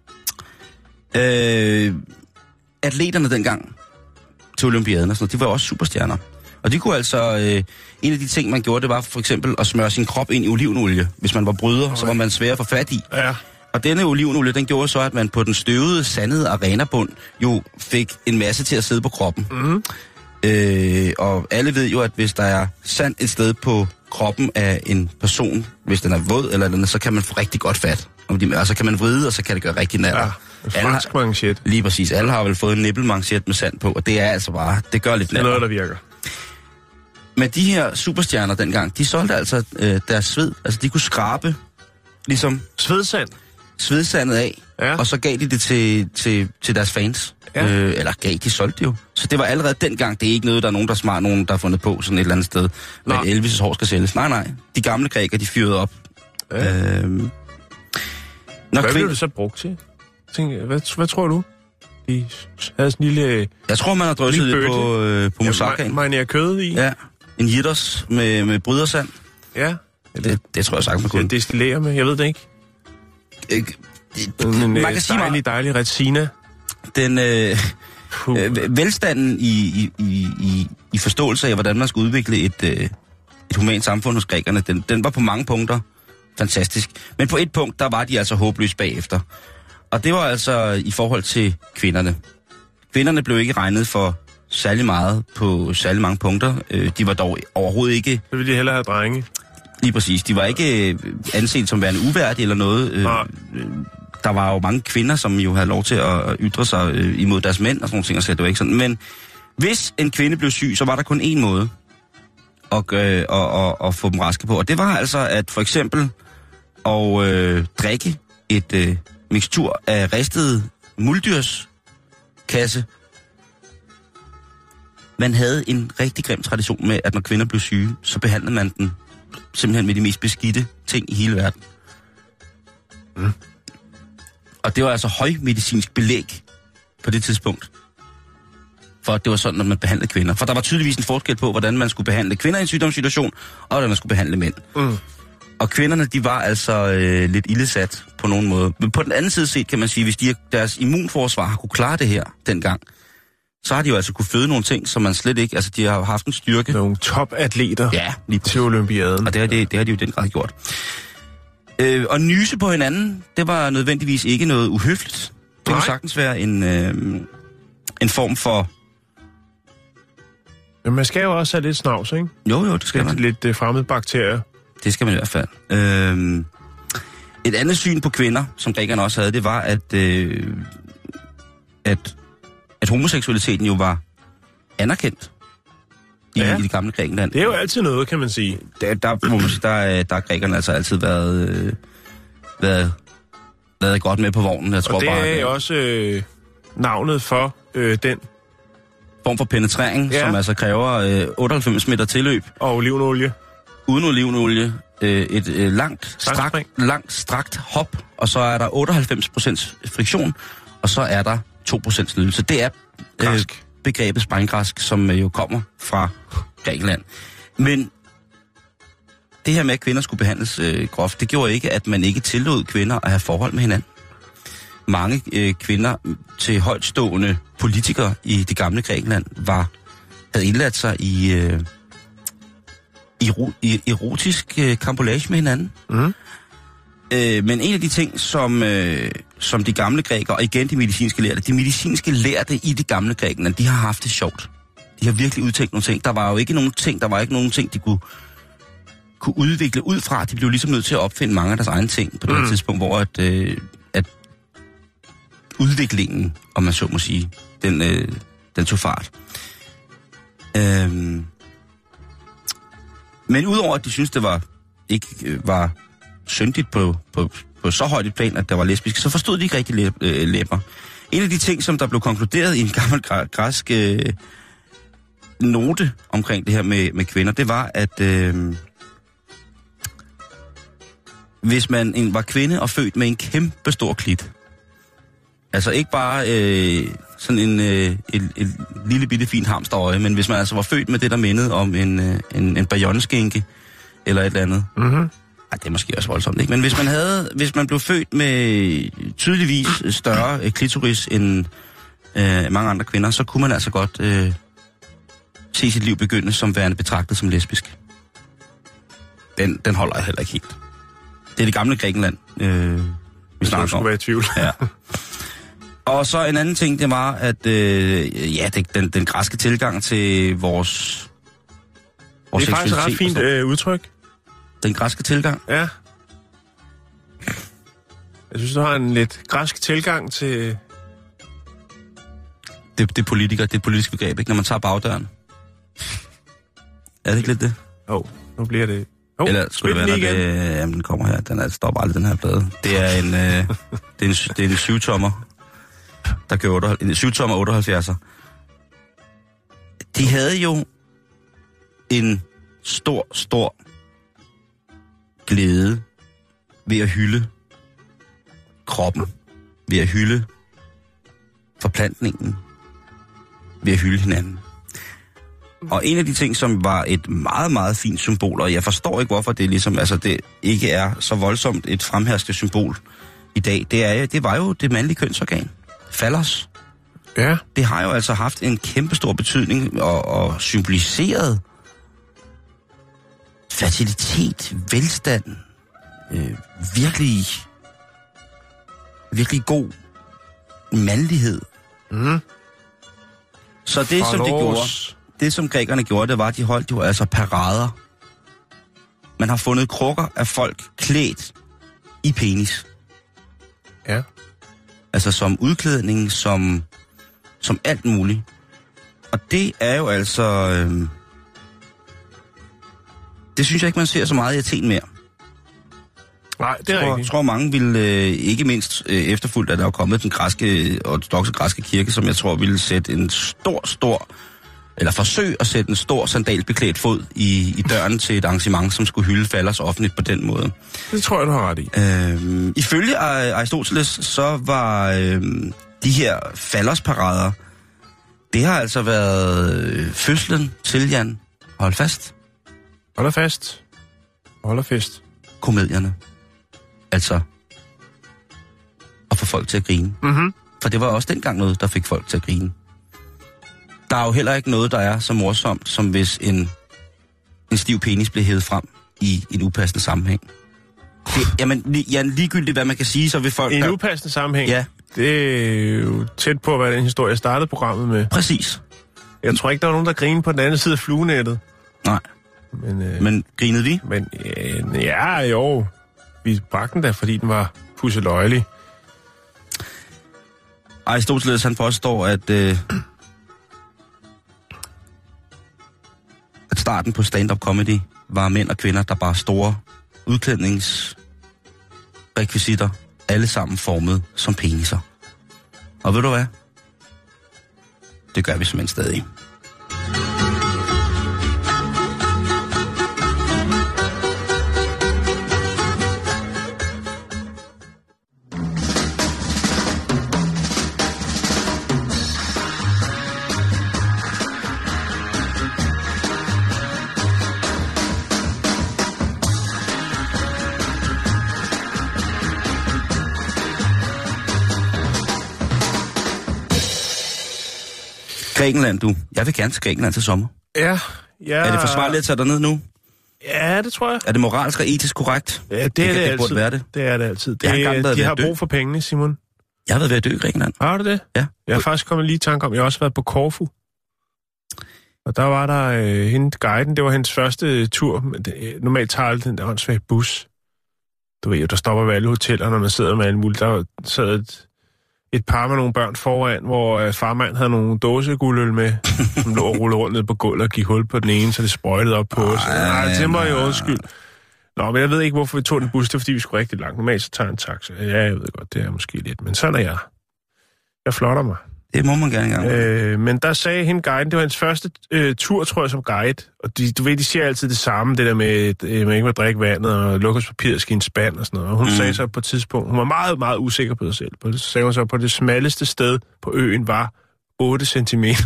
Øh, atleterne dengang til olympiaden og sådan noget, de var også superstjerner. Og de kunne altså, øh, en af de ting, man gjorde, det var for eksempel at smøre sin krop ind i olivenolie. Hvis man var bryder, okay. så var man svær at få fat i. Ja. Og denne olivenolie, den gjorde så, at man på den støvede, sandede arenabund jo fik en masse til at sidde på kroppen. Mm-hmm. Øh, og alle ved jo, at hvis der er sand et sted på kroppen af en person, hvis den er våd eller andet, så kan man få rigtig godt fat. Og så kan man vride, og så kan det gøre rigtig natter. Ja, fransk manchet. Lige præcis. Alle har vel fået en nippelmanchet med sand på, og det er altså bare, det gør lidt natter. Det er noget, der virker. Men de her superstjerner dengang, de solgte altså øh, deres sved. Altså, de kunne skrabe, ligesom... Svedsand? Svedsandet af, ja. Og så gav de det til, til, til deres fans. Ja. Øh, eller gav, de solgte det jo. Så det var allerede dengang, det er ikke noget, der er nogen, der er smart, nogen, der har fundet på sådan et eller andet sted, hvor Elvis' hår skal sælges. Nej, nej. De gamle grækere, de fyrede op. Ja. Øhm, hvad kvind... blev det så brugt til? Tænk, hvad, hvad tror du? De havde sådan en lille... Jeg tror, man har drysset lidt på, øh, på moussaka. Ja, marinerer kød i. Ja. en jitters med, med brydersand. Ja. Det, det tror jeg sagt, man kunne. Det destillerer med, jeg ved det ikke. Øh, En man kan sige dejlig, dejlig Retsina. Den øh, øh, velstanden i, i, i, i, i forståelse af, hvordan man skal udvikle et, øh, et humant samfund hos grækerne, den, den var på mange punkter fantastisk. Men på et punkt, der var de altså håbløst bagefter. Og det var altså i forhold til kvinderne. Kvinderne blev ikke regnet for særlig meget på særlig mange punkter. Øh, de var dog overhovedet ikke... Så ville de hellere have drenge. Lige præcis. De var ikke anset som værende uværdige eller noget. Øh, der var jo mange kvinder, som jo havde lov til at ytre sig øh, imod deres mænd og sådan nogle ting, og så det var ikke sådan. Men hvis en kvinde blev syg, så var der kun én måde at, øh, at, at, at få dem raske på. Og det var altså at for eksempel at øh, drikke et øh, mixtur af ristet muldyrskasse. Man havde en rigtig grim tradition med, at når kvinder blev syge, så behandlede man den simpelthen med de mest beskidte ting i hele verden. Mm. Og det var altså højmedicinsk belæg på det tidspunkt. For det var sådan, når man behandlede kvinder. For der var tydeligvis en forskel på, hvordan man skulle behandle kvinder i en sygdomssituation, og hvordan man skulle behandle mænd. Mm. Og kvinderne, de var altså øh, lidt ildesat på nogen måde. Men på den anden side set, kan man sige, hvis de, deres immunforsvar har kunne klare det her dengang, så har de jo altså kunne føde nogle ting, som man slet ikke... Altså, de har haft en styrke. Nogle topatleter ja, lige til Olympiaden. Og det har, det, det har de jo den grad gjort. Øh, og nyse på hinanden, det var nødvendigvis ikke noget uhøfligt. Det kunne sagtens være en, øh, en form for... Men man skal jo også have lidt snavs, ikke? Jo, jo, det skal man. Lidt uh, fremmede bakterier. Det skal man i hvert fald. Øh, et andet syn på kvinder, som grækerne også havde, det var, at... Øh, at at homoseksualiteten jo var anerkendt i, ja. i det gamle Grækenland. Det er jo altid noget, kan man sige. Der, der, der, der har grækerne altså altid været, øh, været, været godt med på vognen. Jeg tror og det bare, er også øh, navnet for øh, den form for penetrering, ja. som altså kræver øh, otteoghalvfems meter tilløb. Og olivenolie. Uden olivenolie. Øh, et øh, langt, strakt, langt, strakt hop, og så er der otteoghalvfems procent friktion, og så er der to procent nydelse. Det er øh, begrebet sprænggræsk, som øh, jo kommer fra Grækenland. Men det her med, at kvinder skulle behandles øh, groft, det gjorde ikke, at man ikke tillod kvinder at have forhold med hinanden. Mange øh, kvinder til højtstående politikere i det gamle Grækenland var, havde indladt sig i, øh, i, i erotisk øh, kampolage med hinanden. Mm. Øh, men en af de ting, som, øh, som de gamle grækere, og igen de medicinske lærte, de medicinske lærte i det gamle Grækenland, de har haft det sjovt. De har virkelig udtænkt nogle ting. Der var jo ikke nogen ting, der var ikke nogen ting, de kunne, kunne udvikle ud fra. De blev ligesom nødt til at opfinde mange af deres egne ting på det mm. tidspunkt, hvor at, øh, at udviklingen, om man så må sige, den, øh, den tog fart. Øh, men udover at de synes det var ikke øh, var syndigt på, på, på så højt et plan, at der var lesbisk, så forstod de ikke rigtig læ- øh, læber. En af de ting, som der blev konkluderet i en gammel græ- græsk øh, note omkring det her med, med kvinder, det var, at øh, hvis man en, var kvinde og født med en kæmpe stor klit, altså ikke bare øh, sådan en, øh, en, en lille bitte fin hamsterøje, men hvis man altså var født med det, der mindede om en, øh, en, en bayonneskinke eller et eller andet, mm-hmm. Ej, det er måske også voldsomt, ikke? Men hvis man havde, hvis man blev født med tydeligvis større klitoris end øh, mange andre kvinder, så kunne man altså godt øh, se sit liv begynde som værende betragtet som lesbisk. Den, den holder jeg heller ikke helt. Det er det gamle Grækenland, øh, vi snakker om. skulle være i tvivl. Ja. Og så en anden ting, det var, at øh, ja, det, den, den græske tilgang til vores, vores det er faktisk et ret fint øh, udtryk. Den græske tilgang? Ja. Jeg synes, du har en lidt græsk tilgang til... Det, det er politiker, det er et politisk begreb, ikke? Når man tager bagdøren. Er det ikke lidt det? Åh, oh, nu bliver det... Oh, Eller skulle det være, når det... Jamen, den kommer her. Den er, stopper aldrig, den her plade. Det er en, øh, det er en, det er en syv-tommer, der kører otteoghalvfjerds, en syv-tommer otteoghalvfjerdser. De havde jo en stor, stor glæde ved at hylde kroppen, ved at hylde forplantningen, ved at hylde hinanden. Og en af de ting, som var et meget, meget fint symbol, og jeg forstår ikke, hvorfor det ligesom, altså det ikke er så voldsomt et fremherskende symbol i dag, det, er, det var jo det mandlige kønsorgan. Phallus. Ja. Det har jo altså haft en kæmpe stor betydning og, og symboliseret fertilitet, velstand, øh, virkelig, virkelig god mandlighed. Mm. Så det, som de gjorde, det som grækerne gjorde, det var, at de holdt jo altså parader. Man har fundet krukker af folk klædt i penis. Ja. Altså som udklædning, som, som alt muligt. Og det er jo altså... Øh, det synes jeg ikke, man ser så meget i Athen mere. Nej, det er jeg tror, rigtigt. Jeg tror, mange ville, øh, ikke mindst øh, efterfulgt, at der er kommet den græske, ortodokse græske kirke, som jeg tror ville sætte en stor, stor, eller forsøge at sætte en stor sandalbeklædt fod i, i døren til et arrangement, som skulle hylde Phallus offentligt på den måde. Det tror jeg, du har ret i. Øh, ifølge Aristoteles, så var øh, de her Phallus-parader, det har altså været øh, fødslen til, Jan, hold fast. Hold fast. Hold fast. Komedierne. Altså, at få folk til at grine. Mhm. For det var også dengang noget, der fik folk til at grine. Der er jo heller ikke noget, der er så morsomt, som hvis en, en stiv penis bliver hævet frem i en upassende sammenhæng. Det, jamen, li, ja, ligegyldigt hvad man kan sige, så vil folk... I en der... upassende sammenhæng? Ja. Det er jo tæt på at være den historie, jeg startede programmet med. Præcis. Jeg tror ikke, der var nogen, der grinede på den anden side af fluenettet. Nej. Men, øh, Men grinede vi? Men øh, ja, jo. Vi bragte den da, fordi den var pusseløjelig. Aristoteles, han påstår, at, øh, at starten på stand-up comedy var mænd og kvinder, der bare store udklædningsrekvisitter, alle sammen formet som peniser. Og ved du hvad? Det gør vi simpelthen stadig. Grækenland, du. Jeg vil gerne til Grækenland til sommer. Ja, ja. Er det forsvarligt at tage dig ned nu? Ja, det tror jeg. Er det moralsk og etisk korrekt? Ja, det er det, det, det det altid. burde være det. Det er det altid. Det, Jeg har engang været de ved har at dø. brug for pengene, Simon. Jeg har været ved at dø i Grækenland. Har du det? Ja. Jeg har faktisk kommet lige i tanke om, jeg har også været på Korfu. Og der var der øh, hende guiden, det var hendes første tur. Normalt tager alle den der åndssvage bus. Du ved jo, der stopper ved alle hoteller, når man sidder med alle mulige. Der sad et, et par med nogle børn foran, hvor øh, farmand havde nogle dåseguldøl med, som lå og rullede rundt ned på gulvet og gik hul på den ene, så det sprøjtede op på os. Nej, det må jo undskyld. Nå, men jeg ved ikke, hvorfor vi tog den bus. Det var, fordi vi skulle rigtig langt. Normalt så tager jeg en taxa. Ja, jeg ved godt, det er måske lidt. Men sådan er jeg. Jeg flotter mig. Det må man gerne engang. Øh, men der sagde hende guiden, det var hendes første øh, tur, tror jeg, som guide. Og de, du ved, de siger altid det samme, det der med, at man ikke må drikke vandet, og luksuspapiret skal i en spand og sådan noget. Og hun mm. sagde så på et tidspunkt, hun var meget, meget usikker på sig selv. På det, så sagde hun så, på det smalleste sted på øen var otte centimeter.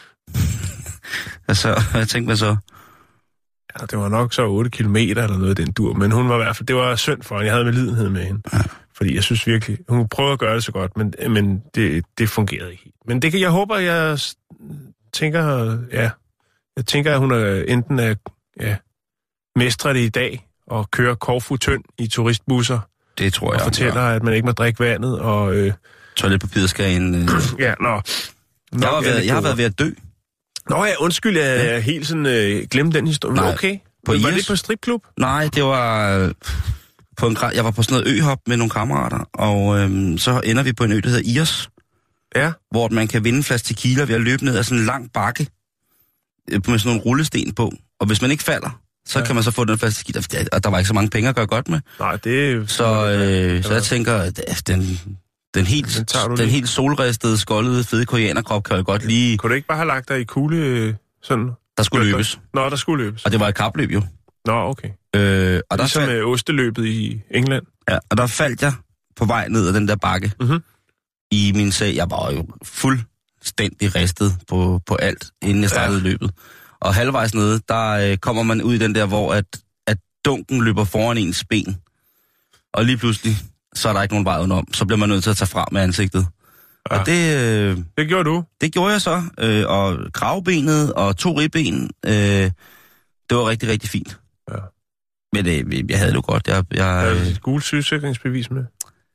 Altså, jeg tænkte mig så... Ja, det var nok så otte kilometer eller noget den dur, men hun var i hvert fald, det var synd for hende. Jeg havde medlidenhed med hende. Ja. Fordi jeg synes virkelig, hun prøvede at gøre det så godt, men, men det, det fungerede ikke helt. Men det kan, jeg håber, jeg tænker, ja, jeg tænker, at hun er enten er, ja, mestrer det i dag, og kører Korfu tynd i turistbusser. Det tror jeg. Og fortæller, at man ikke må drikke vandet, og... Øh, toiletpapiret skal en... Øh... ja, nå. Jeg, var ved, jeg har været ved at dø. Nå ja, undskyld, jeg ja. helt sådan øh, glemte den historie. Nej. Okay. På var Iris? det på stripklub? Nej, det var... Øh, på en, jeg var på sådan noget øhop med nogle kammerater, og øh, så ender vi på en ø, der hedder Iris. Ja. Hvor man kan vinde en flaske tequila ved at løbe ned ad sådan en lang bakke øh, med sådan nogle rullesten på. Og hvis man ikke falder, så ja. kan man så få den flaske tequila. Og der var ikke så mange penge at gøre godt med. Nej, det... Så, øh, så jeg tænker, at den... Den helt, den, den helt solristede, skoldede, fede koreanerkrop kan jo godt lige... Kunne du ikke bare have lagt dig i kugle sådan... Der skulle løbes. Nå, der skulle løbes. Og det var et kapløb jo. Nå, okay. Øh, og ligesom der med osteløbet i England. Ja, og der faldt jeg på vej ned ad den der bakke. Mm-hmm. I min sag, jeg var jo fuldstændig ristet på, på alt, inden jeg startede ja. løbet. Og halvvejs nede, der øh, kommer man ud i den der, hvor at, at dunken løber foran ens ben. Og lige pludselig, så er der ikke nogen vej udenom. Så bliver man nødt til at tage fra med ansigtet. Ja. Og det... Øh, det gjorde du? Det gjorde jeg så. Øh, og kravbenet og to ribben, øh, det var rigtig, rigtig fint. Ja. Men øh, jeg havde det jo godt. Jeg, jeg, havde du dit gule sygesikringsbevis med?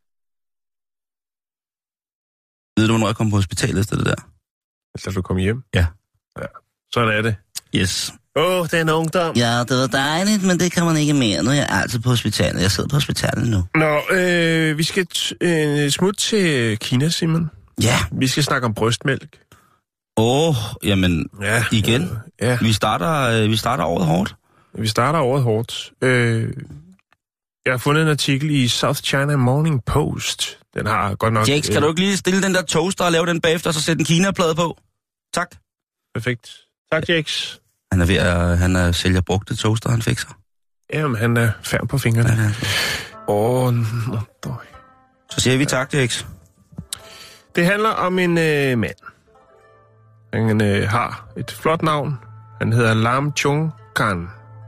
Ved du, når jeg kom på hospitalet, det der? Altså, du kom hjem? Ja. Ja. Sådan er det. Yes. Åh, oh, den ungdom. Ja, det var dejligt, men det kan man ikke mere. Nu er jeg altid på hospitalet. Jeg sidder på hospitalet nu. Nå, øh, vi skal t- øh, smutte til Kina, Simon. Ja. Vi skal snakke om brystmælk. Åh, oh, jamen, ja, igen. Øh, ja. Vi starter, øh, vi starter året hårdt. Vi starter året hårdt. Øh, jeg har fundet en artikel i South China Morning Post. Den har godt nok... Jakes, kan øh, du ikke lige stille den der toaster og lave den bagefter, og så sætte en Kina-plade på? Tak. Perfekt. Tak, Jakes. Han er ved at han er sælger brugte toaster, han fik sig. Jamen, han er færm på fingrene. Ja, ja. Åh, oh, så siger vi tak, Jakes. Det handler om en øh, mand. Han øh, har et flot navn. Han hedder Lam Chung Kan.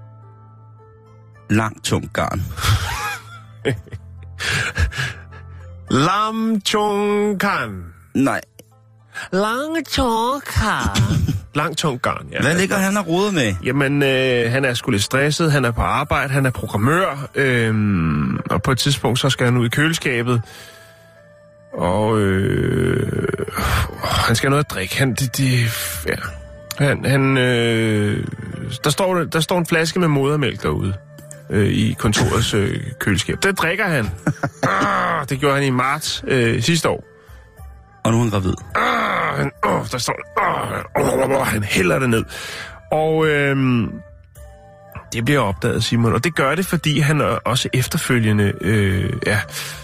Lang, tung garn. Lam Chung Kan. Nej. Lang tung garn. Lang tung garn, ja. Hvad ligger han og roder med? Jamen, øh, han er sgu lidt stresset, han er på arbejde, han er programmør, øh, og på et tidspunkt, så skal han ud i køleskabet, og øh, han skal have noget at drikke. Han, det, det, ja. han, han øh, der, står, der står en flaske med modermælk derude øh, i kontorets øh, køleskab. Det drikker han. ah, det gjorde han i marts øh, sidste år. Og nu er han gravid. Ah, han, oh, der står oh, oh, oh, han hælder det ned. Og øhm, det bliver opdaget, Simon. Og det gør det, fordi han også efterfølgende, øh, ja,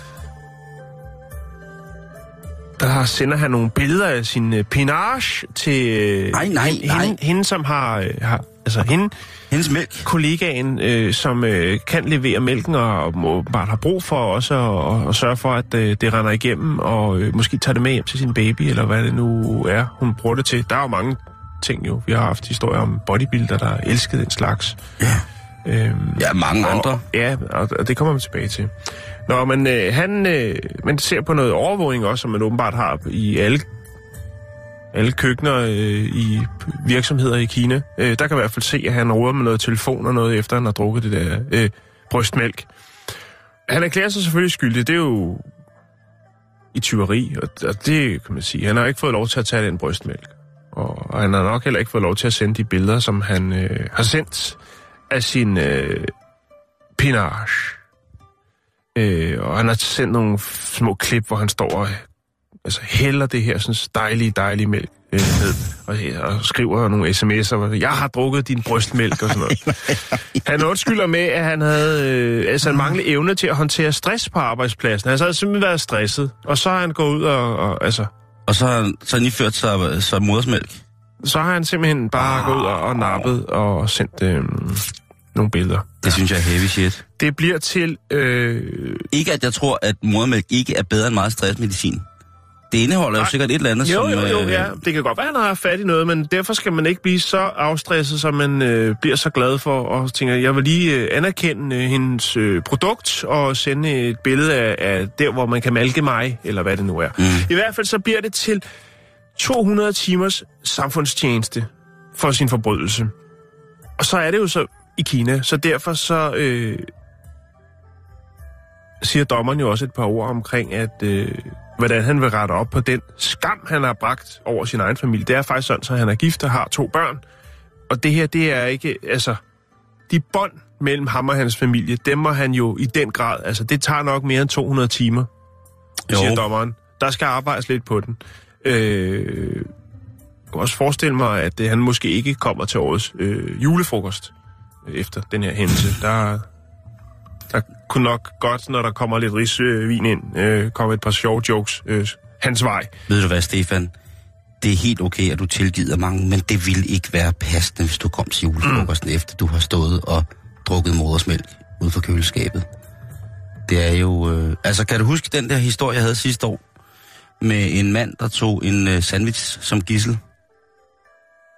der sender han nogle billeder af sin øh, pinage til øh, nej, nej, hende, nej. Hende, hende, som har, øh, har altså hende, hendes mælk, kollegaen, øh, som øh, kan levere mælken og må bare har brug for også at, at, at sørge for, at øh, det render igennem, og øh, måske tager det med hjem til sin baby, eller hvad det nu er, hun bruger det til. Der er jo mange ting jo. Vi har haft historier om bodybuilder, der elskede den slags. Ja, øhm, ja mange og, andre. Ja, og, og det kommer vi tilbage til. Nå, men øh, han øh, man ser på noget overvågning også, som man åbenbart har i alle alle køkkener øh, i virksomheder i Kina. Øh, der kan i hvert fald se, at han roder med noget telefon og noget, efter han har drukket det der øh, brystmælk. Han erklærer sig selvfølgelig skyldig. Det er jo i tyveri, og, og det kan man sige. Han har ikke fået lov til at tage den brystmælk. Og, og han har nok heller ikke fået lov til at sende de billeder, som han øh, har sendt af sin øh, pinage. Øh, og han har sendt nogle små klip, hvor han står og altså hælder det her sådan dejlige, dejlige mælk øh, ned, og, og skriver nogle sms'er, hvor jeg har drukket din brystmælk og sådan noget. Han undskylder med, at han havde øh, altså en manglende evne til at håndtere stress på arbejdspladsen. Han havde simpelthen været stresset, og så har han gået ud og, og altså... Og så har så han iført sig, sig modersmælk? Så har han simpelthen bare oh. gået ud og, og nappet og sendt øh, nogle billeder. Det synes jeg er heavy shit. Det bliver til... Øh... Ikke at jeg tror, at modermælk ikke er bedre end meget stressmedicin. Det indeholder jo sikkert et eller andet, jo, som... Jo, jo, ja. Det kan godt være, at han har fat i noget, men derfor skal man ikke blive så afstresset, som man øh, bliver så glad for, og tænker, jeg vil lige øh, anerkende øh, hendes øh, produkt, og sende et billede af, af der, hvor man kan malke mig, eller hvad det nu er. Mm. I hvert fald så bliver det til to hundrede timers samfundstjeneste for sin forbrydelse. Og så er det jo så i Kina, så derfor så... Øh, siger dommeren jo også et par ord omkring, at... Øh, hvordan han vil rette op på den skam, han har bragt over sin egen familie. Det er faktisk sådan, så han er gift og har to børn. Og det her, det er ikke, altså, de bånd mellem ham og hans familie, dem må han jo i den grad, altså, det tager nok mere end to hundrede timer, jo. Siger dommeren. Der skal arbejdes lidt på den. Øh, jeg kan også forestille mig, at øh, han måske ikke kommer til årets øh, julefrokost øh, efter den her hændelse. Der Der kunne nok godt, når der kommer lidt risvin ind, øh, komme et par sjove jokes øh, hans vej. Ved du hvad, Stefan? Det er helt okay, at du tilgiver mange, men det ville ikke være passende, hvis du kom til julefrokosten, mm. efter du har stået og drukket modersmælk ude for køleskabet. Det er jo... Øh... Altså, kan du huske den der historie, jeg havde sidste år? Med en mand, der tog en øh, sandwich som gidsel?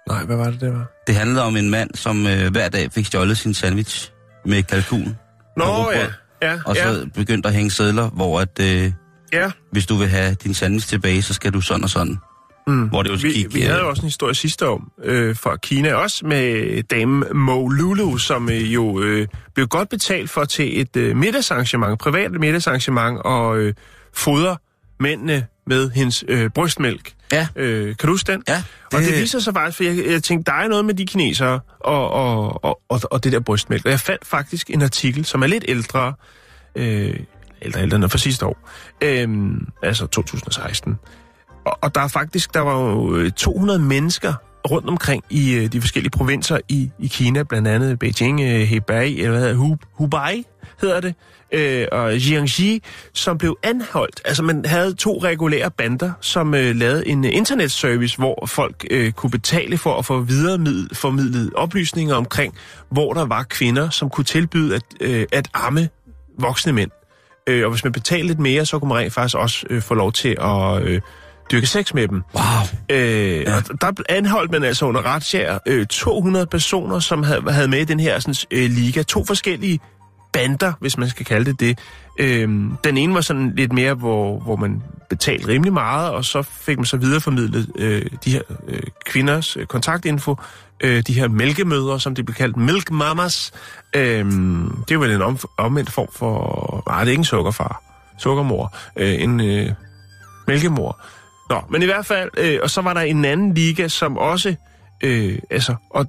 Nej, hvad var det, det var? Det handlede om en mand, som øh, hver dag fik stjålet sin sandwich med kalkun. Nå, ja. ja. Og så ja. begyndte at hænge sedler, hvor at, øh, ja. hvis du vil have din sandwich tilbage, så skal du sådan og sådan. Mm. Hvor det jo vi, gik, vi havde øh, jo også en historie sidste år øh, fra Kina, også med dame Mo Lulu, som øh, jo øh, blev godt betalt for til et øh, middagsarrangement, privat middagsarrangement, og øh, fodre mændene med hendes øh, brystmælk. Ja. Øh, kan du huske den? Ja. Det... Og det viser sig faktisk, for jeg, jeg tænkte, der er noget med de kinesere og, og, og, og, og det der brystmælk. Og jeg fandt faktisk en artikel, som er lidt ældre, øh, ældre, ældre end for sidste år, øh, altså to tusind og seksten. Og, og der er faktisk, der var jo to hundrede mennesker rundt omkring i øh, de forskellige provinser i, i Kina, blandt andet Beijing, øh, Hebei, eller hvad hedder Hu, Hubei hedder det, øh, og Jiangxi, som blev anholdt. Altså man havde to regulære bander, som øh, lavede en internetservice, hvor folk øh, kunne betale for at få videreformidlet formidlet oplysninger omkring, hvor der var kvinder, som kunne tilbyde at, øh, at amme voksne mænd. Øh, og hvis man betalte lidt mere, så kunne man rent faktisk også øh, få lov til at øh, dyrke sex med dem. Wow. Øh, Ja. Og der anholdt man altså under retssager øh, to hundrede personer, som havde, havde med i den her sådan, øh, liga. To forskellige bander, hvis man skal kalde det det. Øh, den ene var sådan lidt mere, hvor, hvor man betalte rimelig meget, og så fik man så videreformidlet øh, de her øh, kvinders øh, kontaktinfo. Øh, de her mælkemødre, som de blev kaldt, milk mamas. Øh, det er vel en om, omvendt form for... Nej, det er ikke en sukkerfar. Sukkermor. Øh, en øh, mælkemor. Nå, men i hvert fald, øh, og så var der en anden liga, som også, øh, altså, og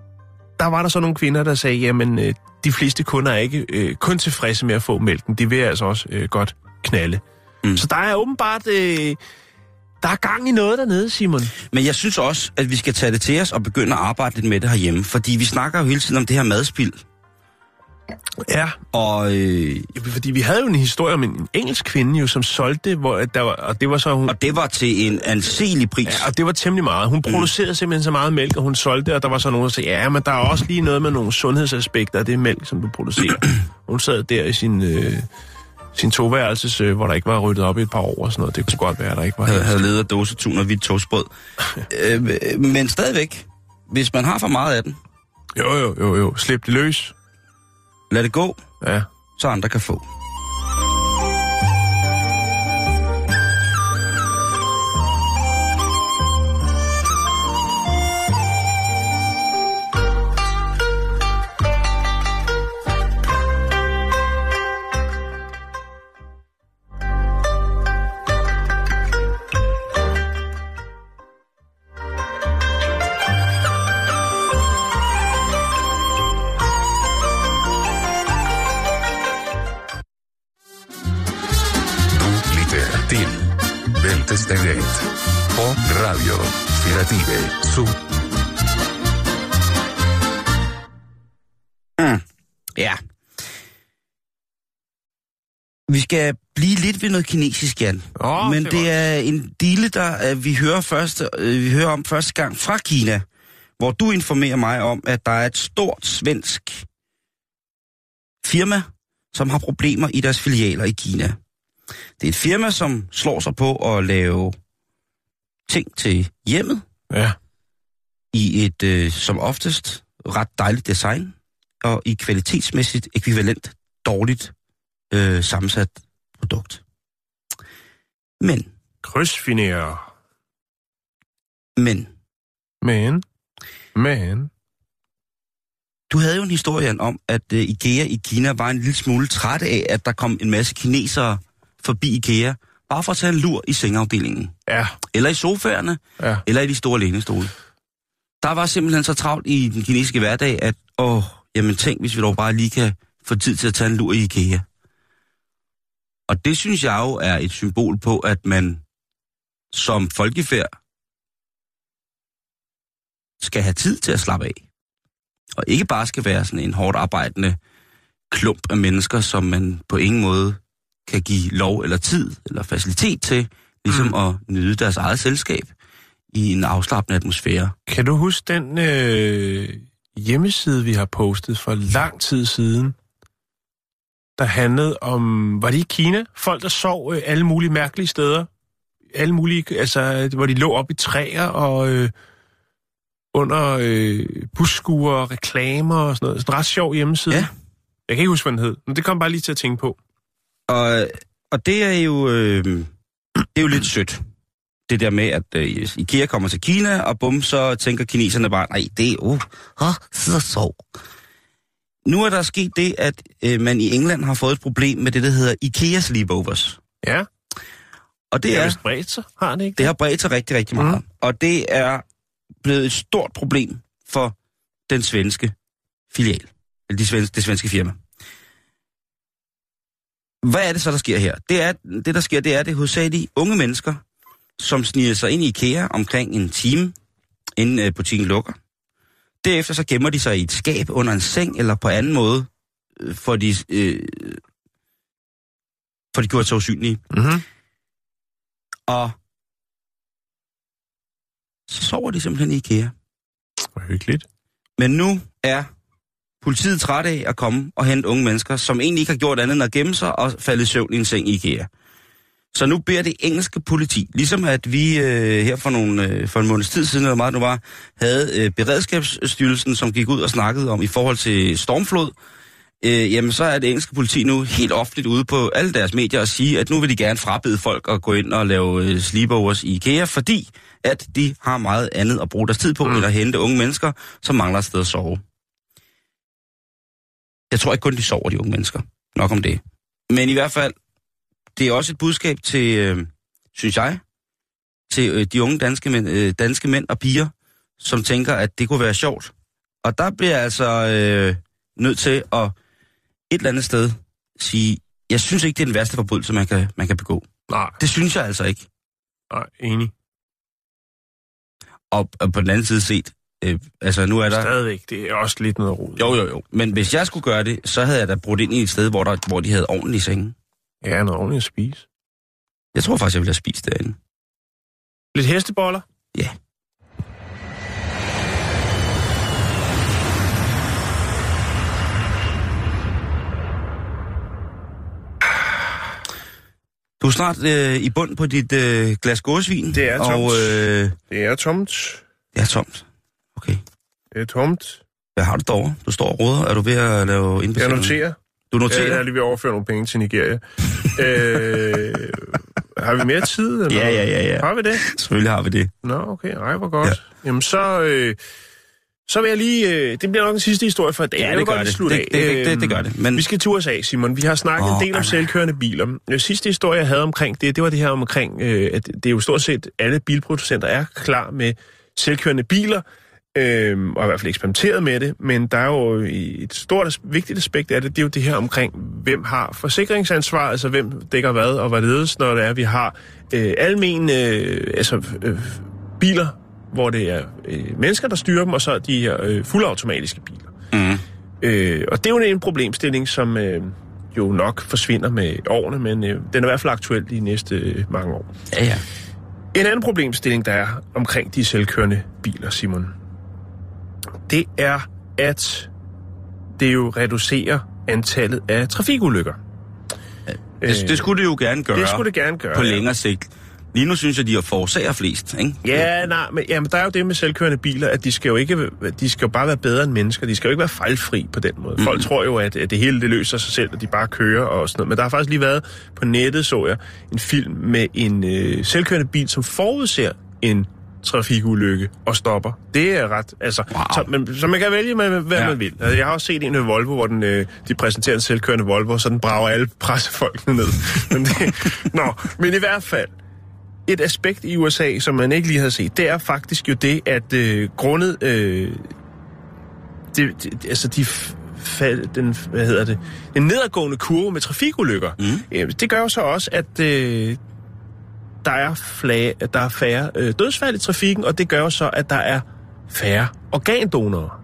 der var der så nogle kvinder, der sagde, jamen, øh, de fleste kunder er ikke øh, kun tilfredse med at få mælken, de vil altså også øh, godt knalde. Mm. Så der er åbenbart, øh, der er gang i noget dernede, Simon. Men jeg synes også, at vi skal tage det til os og begynde at arbejde lidt med det herhjemme, fordi vi snakker jo hele tiden om det her madspild. Ja, Og, øh, fordi vi havde jo en historie om en engelsk kvinde, jo, som solgte, hvor der var, og det var så hun... og det var til en anselig pris. Ja, og det var temmelig meget. Hun producerede mm. simpelthen så meget mælk, og hun solgte, og der var så nogen, der sagde, ja, men der er også lige noget med nogle sundhedsaspekter af det mælk, som du producerer. Hun sad der i sin, øh, sin toværelses, øh, hvor der ikke var ryddet op i et par år og sådan noget. Det kunne godt være, at der ikke var... havde, havde ledet af dåsetun og hvidt toastbrød. øh, men stadigvæk, hvis man har for meget af den, Jo, jo, jo, jo. Slip det løs. lad det gå, Ja. så andre kan få. På Radio Firative Sud. Mm. Ja. Vi skal blive lidt ved noget kinesisk, Jan. Oh, Men det, det er en dille, der uh, vi, hører først, uh, vi hører om første gang fra Kina, hvor du informerer mig om, at der er et stort svensk firma, som har problemer i deres filialer i Kina. Det er et firma, som slår sig på at lave ting til hjemmet. Ja. I et, øh, som oftest, ret dejligt design, og i kvalitetsmæssigt ekvivalent dårligt øh, sammensat produkt. Men, Krydsfinere. men, Men. Men. du havde jo en historie om, at øh, IKEA i Kina var en lille smule træt af, at der kom en masse kinesere forbi IKEA, bare for at tage en lur i sengeafdelingen. Ja. Eller i sofaerne, Ja. eller i de store lænestole. Der var simpelthen så travlt i den kinesiske hverdag, at åh, jamen tænk, hvis vi dog bare lige kan få tid til at tage en lur i IKEA. Og det synes jeg jo er et symbol på, at man som folkefærd skal have tid til at slappe af. Og ikke bare skal være sådan en hårdt arbejdende klump af mennesker, som man på ingen måde kan give lov eller tid eller facilitet til, ligesom mm. at nyde deres eget selskab i en afslappende atmosfære. Kan du huske den øh, hjemmeside, vi har postet for lang tid siden, der handlede om, var det i Kina? Folk, der sov øh, alle mulige mærkelige steder. Alle mulige, altså, hvor de lå op i træer, og øh, under øh, busskuer, reklamer og sådan noget. Sådan en ret sjov hjemmeside. Ja. Jeg kan ikke huske, hvad den hed, men det kom bare lige til at tænke på. Og, og det er jo øh, det er jo lidt sødt. Det der med, at øh, IKEA kommer til Kina, og bum, så tænker kineserne bare, nej, det er jo, oh, så sov. Nu er der sket det, at øh, man i England har fået et problem med det, der hedder IKEA sleepovers. Ja. Og det, det er... har vist bredt sig, har det ikke? Det har bredt sig rigtig, rigtig meget. Mm. Og det er blevet et stort problem for den svenske filial. Eller de svenske, det svenske firma. Hvad er det så, der sker her? Det, er, det der sker, det er, det hovedsageligt unge mennesker, som sniger sig ind i IKEA omkring en time, inden øh, butikken lukker. Derefter så gemmer de sig i et skab under en seng, eller på anden måde, øh, for de, øh, for de gjort så usynlige. Mm-hmm. Og så sover de simpelthen i IKEA. Hvor hyggeligt. Men nu er politiet træt af at komme og hente unge mennesker, som egentlig ikke har gjort andet end at gemme sig og falde i søvn i en seng i IKEA. Så nu beder det engelske politi, ligesom at vi øh, her for, nogle, øh, for en måneds tid siden, eller meget nu var, havde øh, Beredskabsstyrelsen, som gik ud og snakkede om i forhold til stormflod, øh, jamen så er det engelske politi nu helt offentligt ude på alle deres medier og sige, at nu vil de gerne frabede folk at gå ind og lave øh, sleepovers i IKEA, fordi at de har meget andet at bruge deres tid på, mm. end at hente unge mennesker, som mangler et sted at sove. Jeg tror ikke kun, de sover, de unge mennesker. Nok om det. Men i hvert fald, det er også et budskab til, øh, synes jeg, til øh, de unge danske mænd, øh, danske mænd og piger, som tænker, at det kunne være sjovt. Og der bliver jeg altså øh, nødt til at et eller andet sted sige, jeg synes ikke, det er den værste forbrydelse, man kan, man kan begå. Nej. Det synes jeg altså ikke. Nej, enig. Og, og på den anden side set, øh, altså nu er der... Stadigvæk, det er også lidt noget rod. Jo, jo, jo. Men hvis jeg skulle gøre det, så havde jeg da brudt ind i et sted, hvor, der, hvor de havde ordentlige senge. Ja, noget ordentligt at spise. Jeg tror faktisk, jeg ville have spist derinde. Lidt hesteboller? Ja. Du er snart øh, i bund på dit øh, glas gåsvin. Det er tomt. Og, øh, det er tomt. Det er tomt. Okay. Det er tomt. Hvad har du derovre? Du står og roder. Er du ved at lave indbetaling? Jeg noterer. Du noterer? Jeg er lige ved at overføre nogle penge til Nigeria. øh, har vi mere tid? Eller? Ja, ja, ja, ja. Har vi det? Selvfølgelig har vi det. Nå, okay. Ej, hvor godt. Ja. Jamen, så... Øh, så vil jeg lige... Øh, det bliver nok den sidste historie for i dag. Ja, jeg det gør det. Det, det, det, det. det gør det. Men... Vi skal tures af, Simon. Vi har snakket oh, en del om selvkørende biler. Den sidste historie, jeg havde omkring det, det var det her omkring, øh, at det er jo stort set alle bilproducenter er klar med selvkørende biler, øh, og i hvert fald eksperimenteret med det, men der er jo et stort vigtigt aspekt af det, det er jo det her omkring, hvem har forsikringsansvar, altså hvem dækker hvad og hvorledes, når det er, vi har øh, almen, øh, altså øh, biler, hvor det er øh, mennesker, der styrer dem, og så de her øh, fuldautomatiske biler. Mm. Øh, og det er jo en problemstilling, som øh, jo nok forsvinder med årene, men øh, den er i hvert fald aktuel de næste øh, mange år. Ja, ja. En anden problemstilling, der er omkring de selvkørende biler, Simon, det er, at det jo reducerer antallet af trafikulykker. Ja, det, det skulle det jo gerne gøre. Det skulle det gerne gøre, på længere sigt. Lige nu synes jeg, de er forårsager flest, ikke? Ja, nej, men, ja, men der er jo det med selvkørende biler, at de skal jo ikke, de skal jo bare være bedre end mennesker. De skal jo ikke være fejlfri på den måde. Mm. Folk tror jo, at, at det hele det løser sig selv, at de bare kører og sådan noget. Men der har faktisk lige været på nettet, så jeg, en film med en øh, selvkørende bil, som forudser en trafikulykke og stopper. Det er ret, altså, wow. så, men, så man kan vælge, med, hvad ja. man vil. Altså, jeg har også set en af Volvo, hvor den, øh, de præsenterer en selvkørende Volvo, så den brager alle pressefolkene ned. men, det, nå, men i hvert fald, et aspekt i U S A, som man ikke lige har set, det er faktisk jo det, at øh, grundet, øh, det, det, altså de fald, den, hvad hedder det, den nedadgående kurve med trafikulykker, mm. øh, det gør jo så også, at øh, der er, flag, at der er færre øh, dødsfald i trafikken, og det gør jo så, at der er færre organdonorer.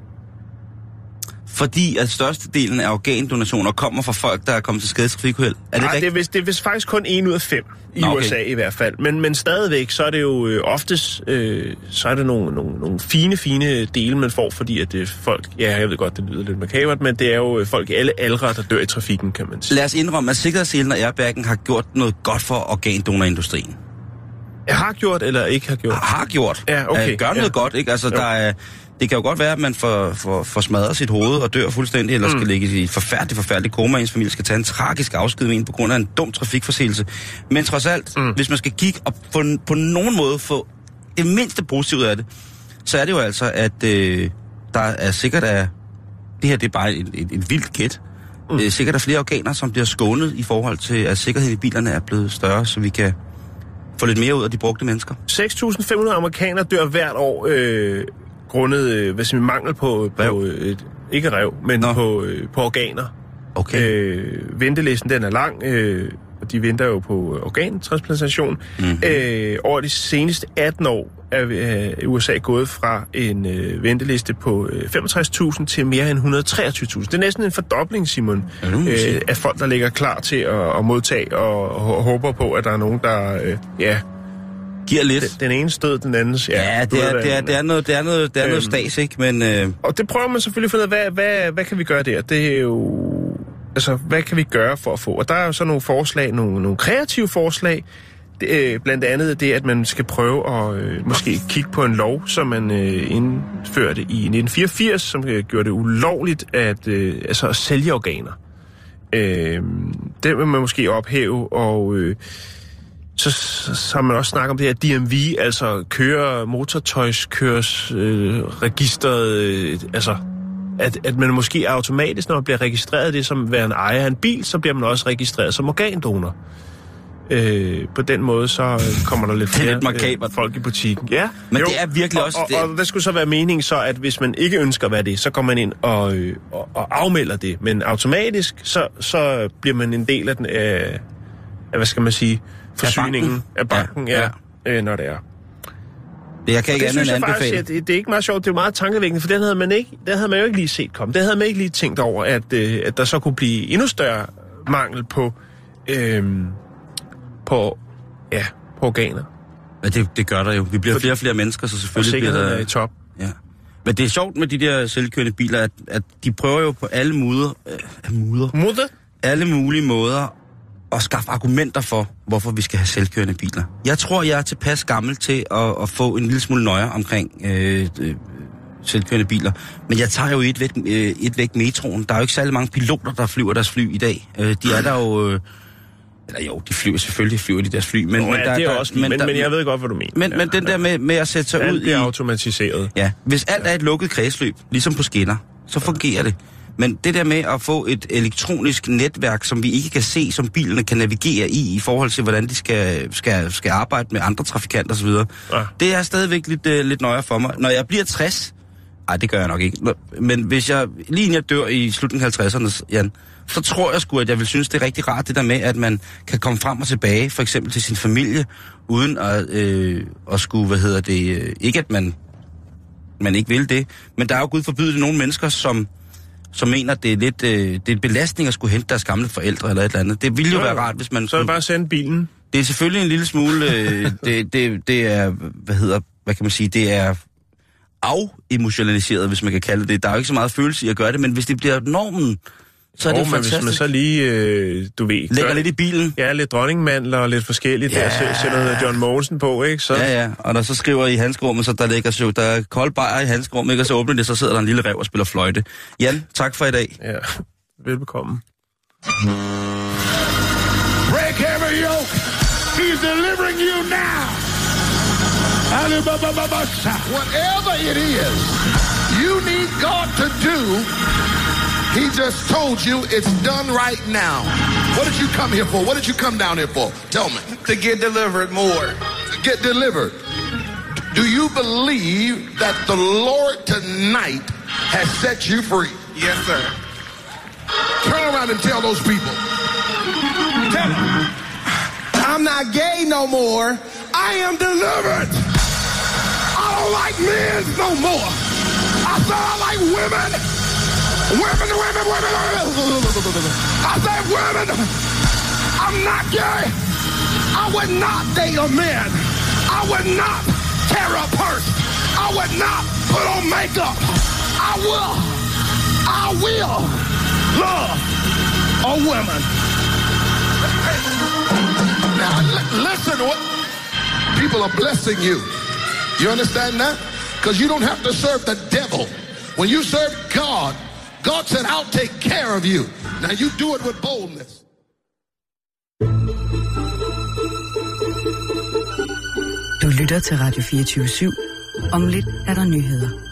Fordi at størstedelen af organdonationer kommer fra folk, der er kommet til skade i trafikuheld. Er det Nej, rigtigt? det er, vist, det er vist faktisk kun en ud af fem i okay. U S A i hvert fald. Men, men stadigvæk, så er det jo øh, oftest, øh, så er det nogle, nogle, nogle fine, fine dele, man får, fordi at det er folk, ja, jeg ved godt, det lyder lidt makabert, men det er jo folk i alle aldre, der dør i trafikken, kan man sige. Lad os indrømme, at sikkerhedsselen og airbaggen har gjort noget godt for organdonorindustrien. Har gjort eller ikke har gjort? Har gjort. Ja, okay. Uh, gør noget ja. godt, ikke? Altså, der er, det kan jo godt være, at man får, får, får smadret sit hoved og dør fuldstændig, eller mm. skal ligge i et forfærdeligt, forfærdeligt koma, ens familie skal tage en tragisk afsked med en på grund af en dum trafikforseelse. Men trods alt, mm. hvis man skal kigge og på, på nogen måde få det mindste positivt af det, så er det jo altså, at øh, der er sikkert af... Det her, det er bare et, et, et vildt gæt. Mm. Øh, sikkert er flere organer, som bliver skånet i forhold til, at sikkerheden i bilerne er blevet større, så vi kan få lidt mere ud af de brugte mennesker. seks tusind fem hundrede amerikanere dør hvert år øh, grundet øh, hvad siger, mangel på, på øh, ikke rev, men på, øh, på organer. Okay. Øh, ventelisten den er lang, øh, og de venter jo på organtransplantation. Mm-hmm. Øh, over de seneste atten år er øh, U S A gået fra en øh, venteliste på øh, femogtres tusind til mere end et hundrede og treogtyve tusind. Det er næsten en fordobling, Simon, øh, af folk, der ligger klar til at, at modtage og, og håber på, at der er nogen, der øh, ja, giver lidt. Den, den ene stød, den andens. Ja, ja det, er, det, er, det er noget, det er noget, det er øhm, noget stas, ikke? Men, øh... Og det prøver man selvfølgelig at finde ud af, hvad, hvad, hvad kan vi gøre der? Det er jo... Altså, hvad kan vi gøre for at få? Og der er jo så nogle forslag, nogle, nogle kreative forslag. Det, øh, blandt andet det, at man skal prøve at øh, måske kigge på en lov, som man øh, indførte i nitten fireogfirs, som øh, gjorde det ulovligt at, øh, altså at sælge organer. Øh, det vil man måske ophæve, og øh, så, så, så har man også snakket om det her D M V, altså køre motortøjskørs øh, registret, øh, altså at, at man måske automatisk, når man bliver registreret det som være en ejer af en bil, så bliver man også registreret som organdonor. Øh, på den måde, så kommer der lidt flere øh, folk i butikken. Ja, men jo. Det er virkelig og, også... Og, det... og, og hvad skulle så være meningen så, at hvis man ikke ønsker at være det, så kommer man ind og, øh, og, og afmelder det. Men automatisk, så, så bliver man en del af den, øh, af, hvad skal man sige, forsyningen af banken, af banken ja, ja. Øh, når det er. Det, jeg kan ikke det synes jeg faktisk, at det, det er ikke meget sjovt, det er meget tankevækkende, for det havde man ikke, det havde man jo ikke lige set komme. Det havde man ikke lige tænkt over, at, øh, at der så kunne blive endnu større mangel på, øh, på, ja, på organer. Ja, det, det gør der jo. Vi bliver for, flere og flere mennesker, så selvfølgelig bliver der... er i top. Ja. Men det er sjovt med de der selvkørende biler, at, at de prøver jo på alle muder, øh, muder, muder? alle mulige måder at skaffe argumenter for, hvorfor vi skal have selvkørende biler. Jeg tror, jeg er tilpas gammel til at, at få en lille smule nøje omkring øh, øh, selvkørende biler. Men jeg tager jo et væk, øh, et væk metroen. Der er jo ikke særlig mange piloter, der flyver deres fly i dag. Øh, de er der jo... Øh, eller jo, de flyver selvfølgelig, flyver de deres fly. Men, Nå, ja, men, der, det er der, også, men, der, men jeg ved godt, hvad du mener. Men, ja, men den ja. der med, med at sætte sig alt ud i... Alt er automatiseret. Ja, hvis alt er et lukket kredsløb, ligesom på skinner, så fungerer det. Men det der med at få et elektronisk netværk, som vi ikke kan se, som bilerne kan navigere i, i forhold til, hvordan de skal, skal, skal arbejde med andre trafikanter osv., ja. Det er stadigvæk lidt, uh, lidt nøjere for mig. Når jeg bliver tres... Ej, det gør jeg nok ikke. Men hvis jeg lige inden jeg dør i slutningen af halvtredserne, Jan, så tror jeg sgu, at jeg vil synes, det er rigtig rart, det der med, at man kan komme frem og tilbage, for eksempel til sin familie, uden at, øh, at skulle, hvad hedder det, øh, ikke at man, man ikke vil det, men der er jo gud forbyde nogle mennesker, som, som mener, at det er lidt, øh, det er en belastning at skulle hente deres gamle forældre eller et eller andet. Det ville jo ja, være rart, hvis man... Så er det bare sende bilen. Det er selvfølgelig en lille smule, øh, det, det, det er, hvad hedder, hvad kan man sige, det er... af-emotionaliseret, hvis man kan kalde det. Der er jo ikke så meget følelse i at gøre det, men hvis det bliver normen, så er det jo fantastisk. Hvis man så lige, øh, du ved... Lægger gør, lidt i bilen. Ja, lidt dronningmandler og lidt forskelligt. Ja. Der sætter noget John Mogensen på, ikke? Så... Ja, ja. Og der så skriver i handskerummet, så der ligger så, der er kold bajer i handskerummet, ikke? Og så åbner det, så sidder der en lille rev og spiller fløjte. Jan, tak for i dag. Ja, velbekomme. Break every yoke. He's delivering you now. Whatever it is you need God to do, He just told you it's done right now. What did you come here for? What did you come down here for? Tell me. To get delivered more. To get delivered. Do you believe that the Lord tonight has set you free? Yes, sir. Turn around and tell those people. Tell them. I'm not gay no more. I am delivered. I don't like men no more. I said I like women. Women, women, women, women. I said women. I'm not gay. I would not date a man. I would not carry a purse. I would not put on makeup. I will. I will love a woman. Now, l- listen to what... people are blessing you. You understand that? Because you don't have to serve the devil. When you serve God, God said, I'll take care of you. Now you do it with boldness. Du lytter til Radio fireogtyve syv. Om lidt er der nyheder.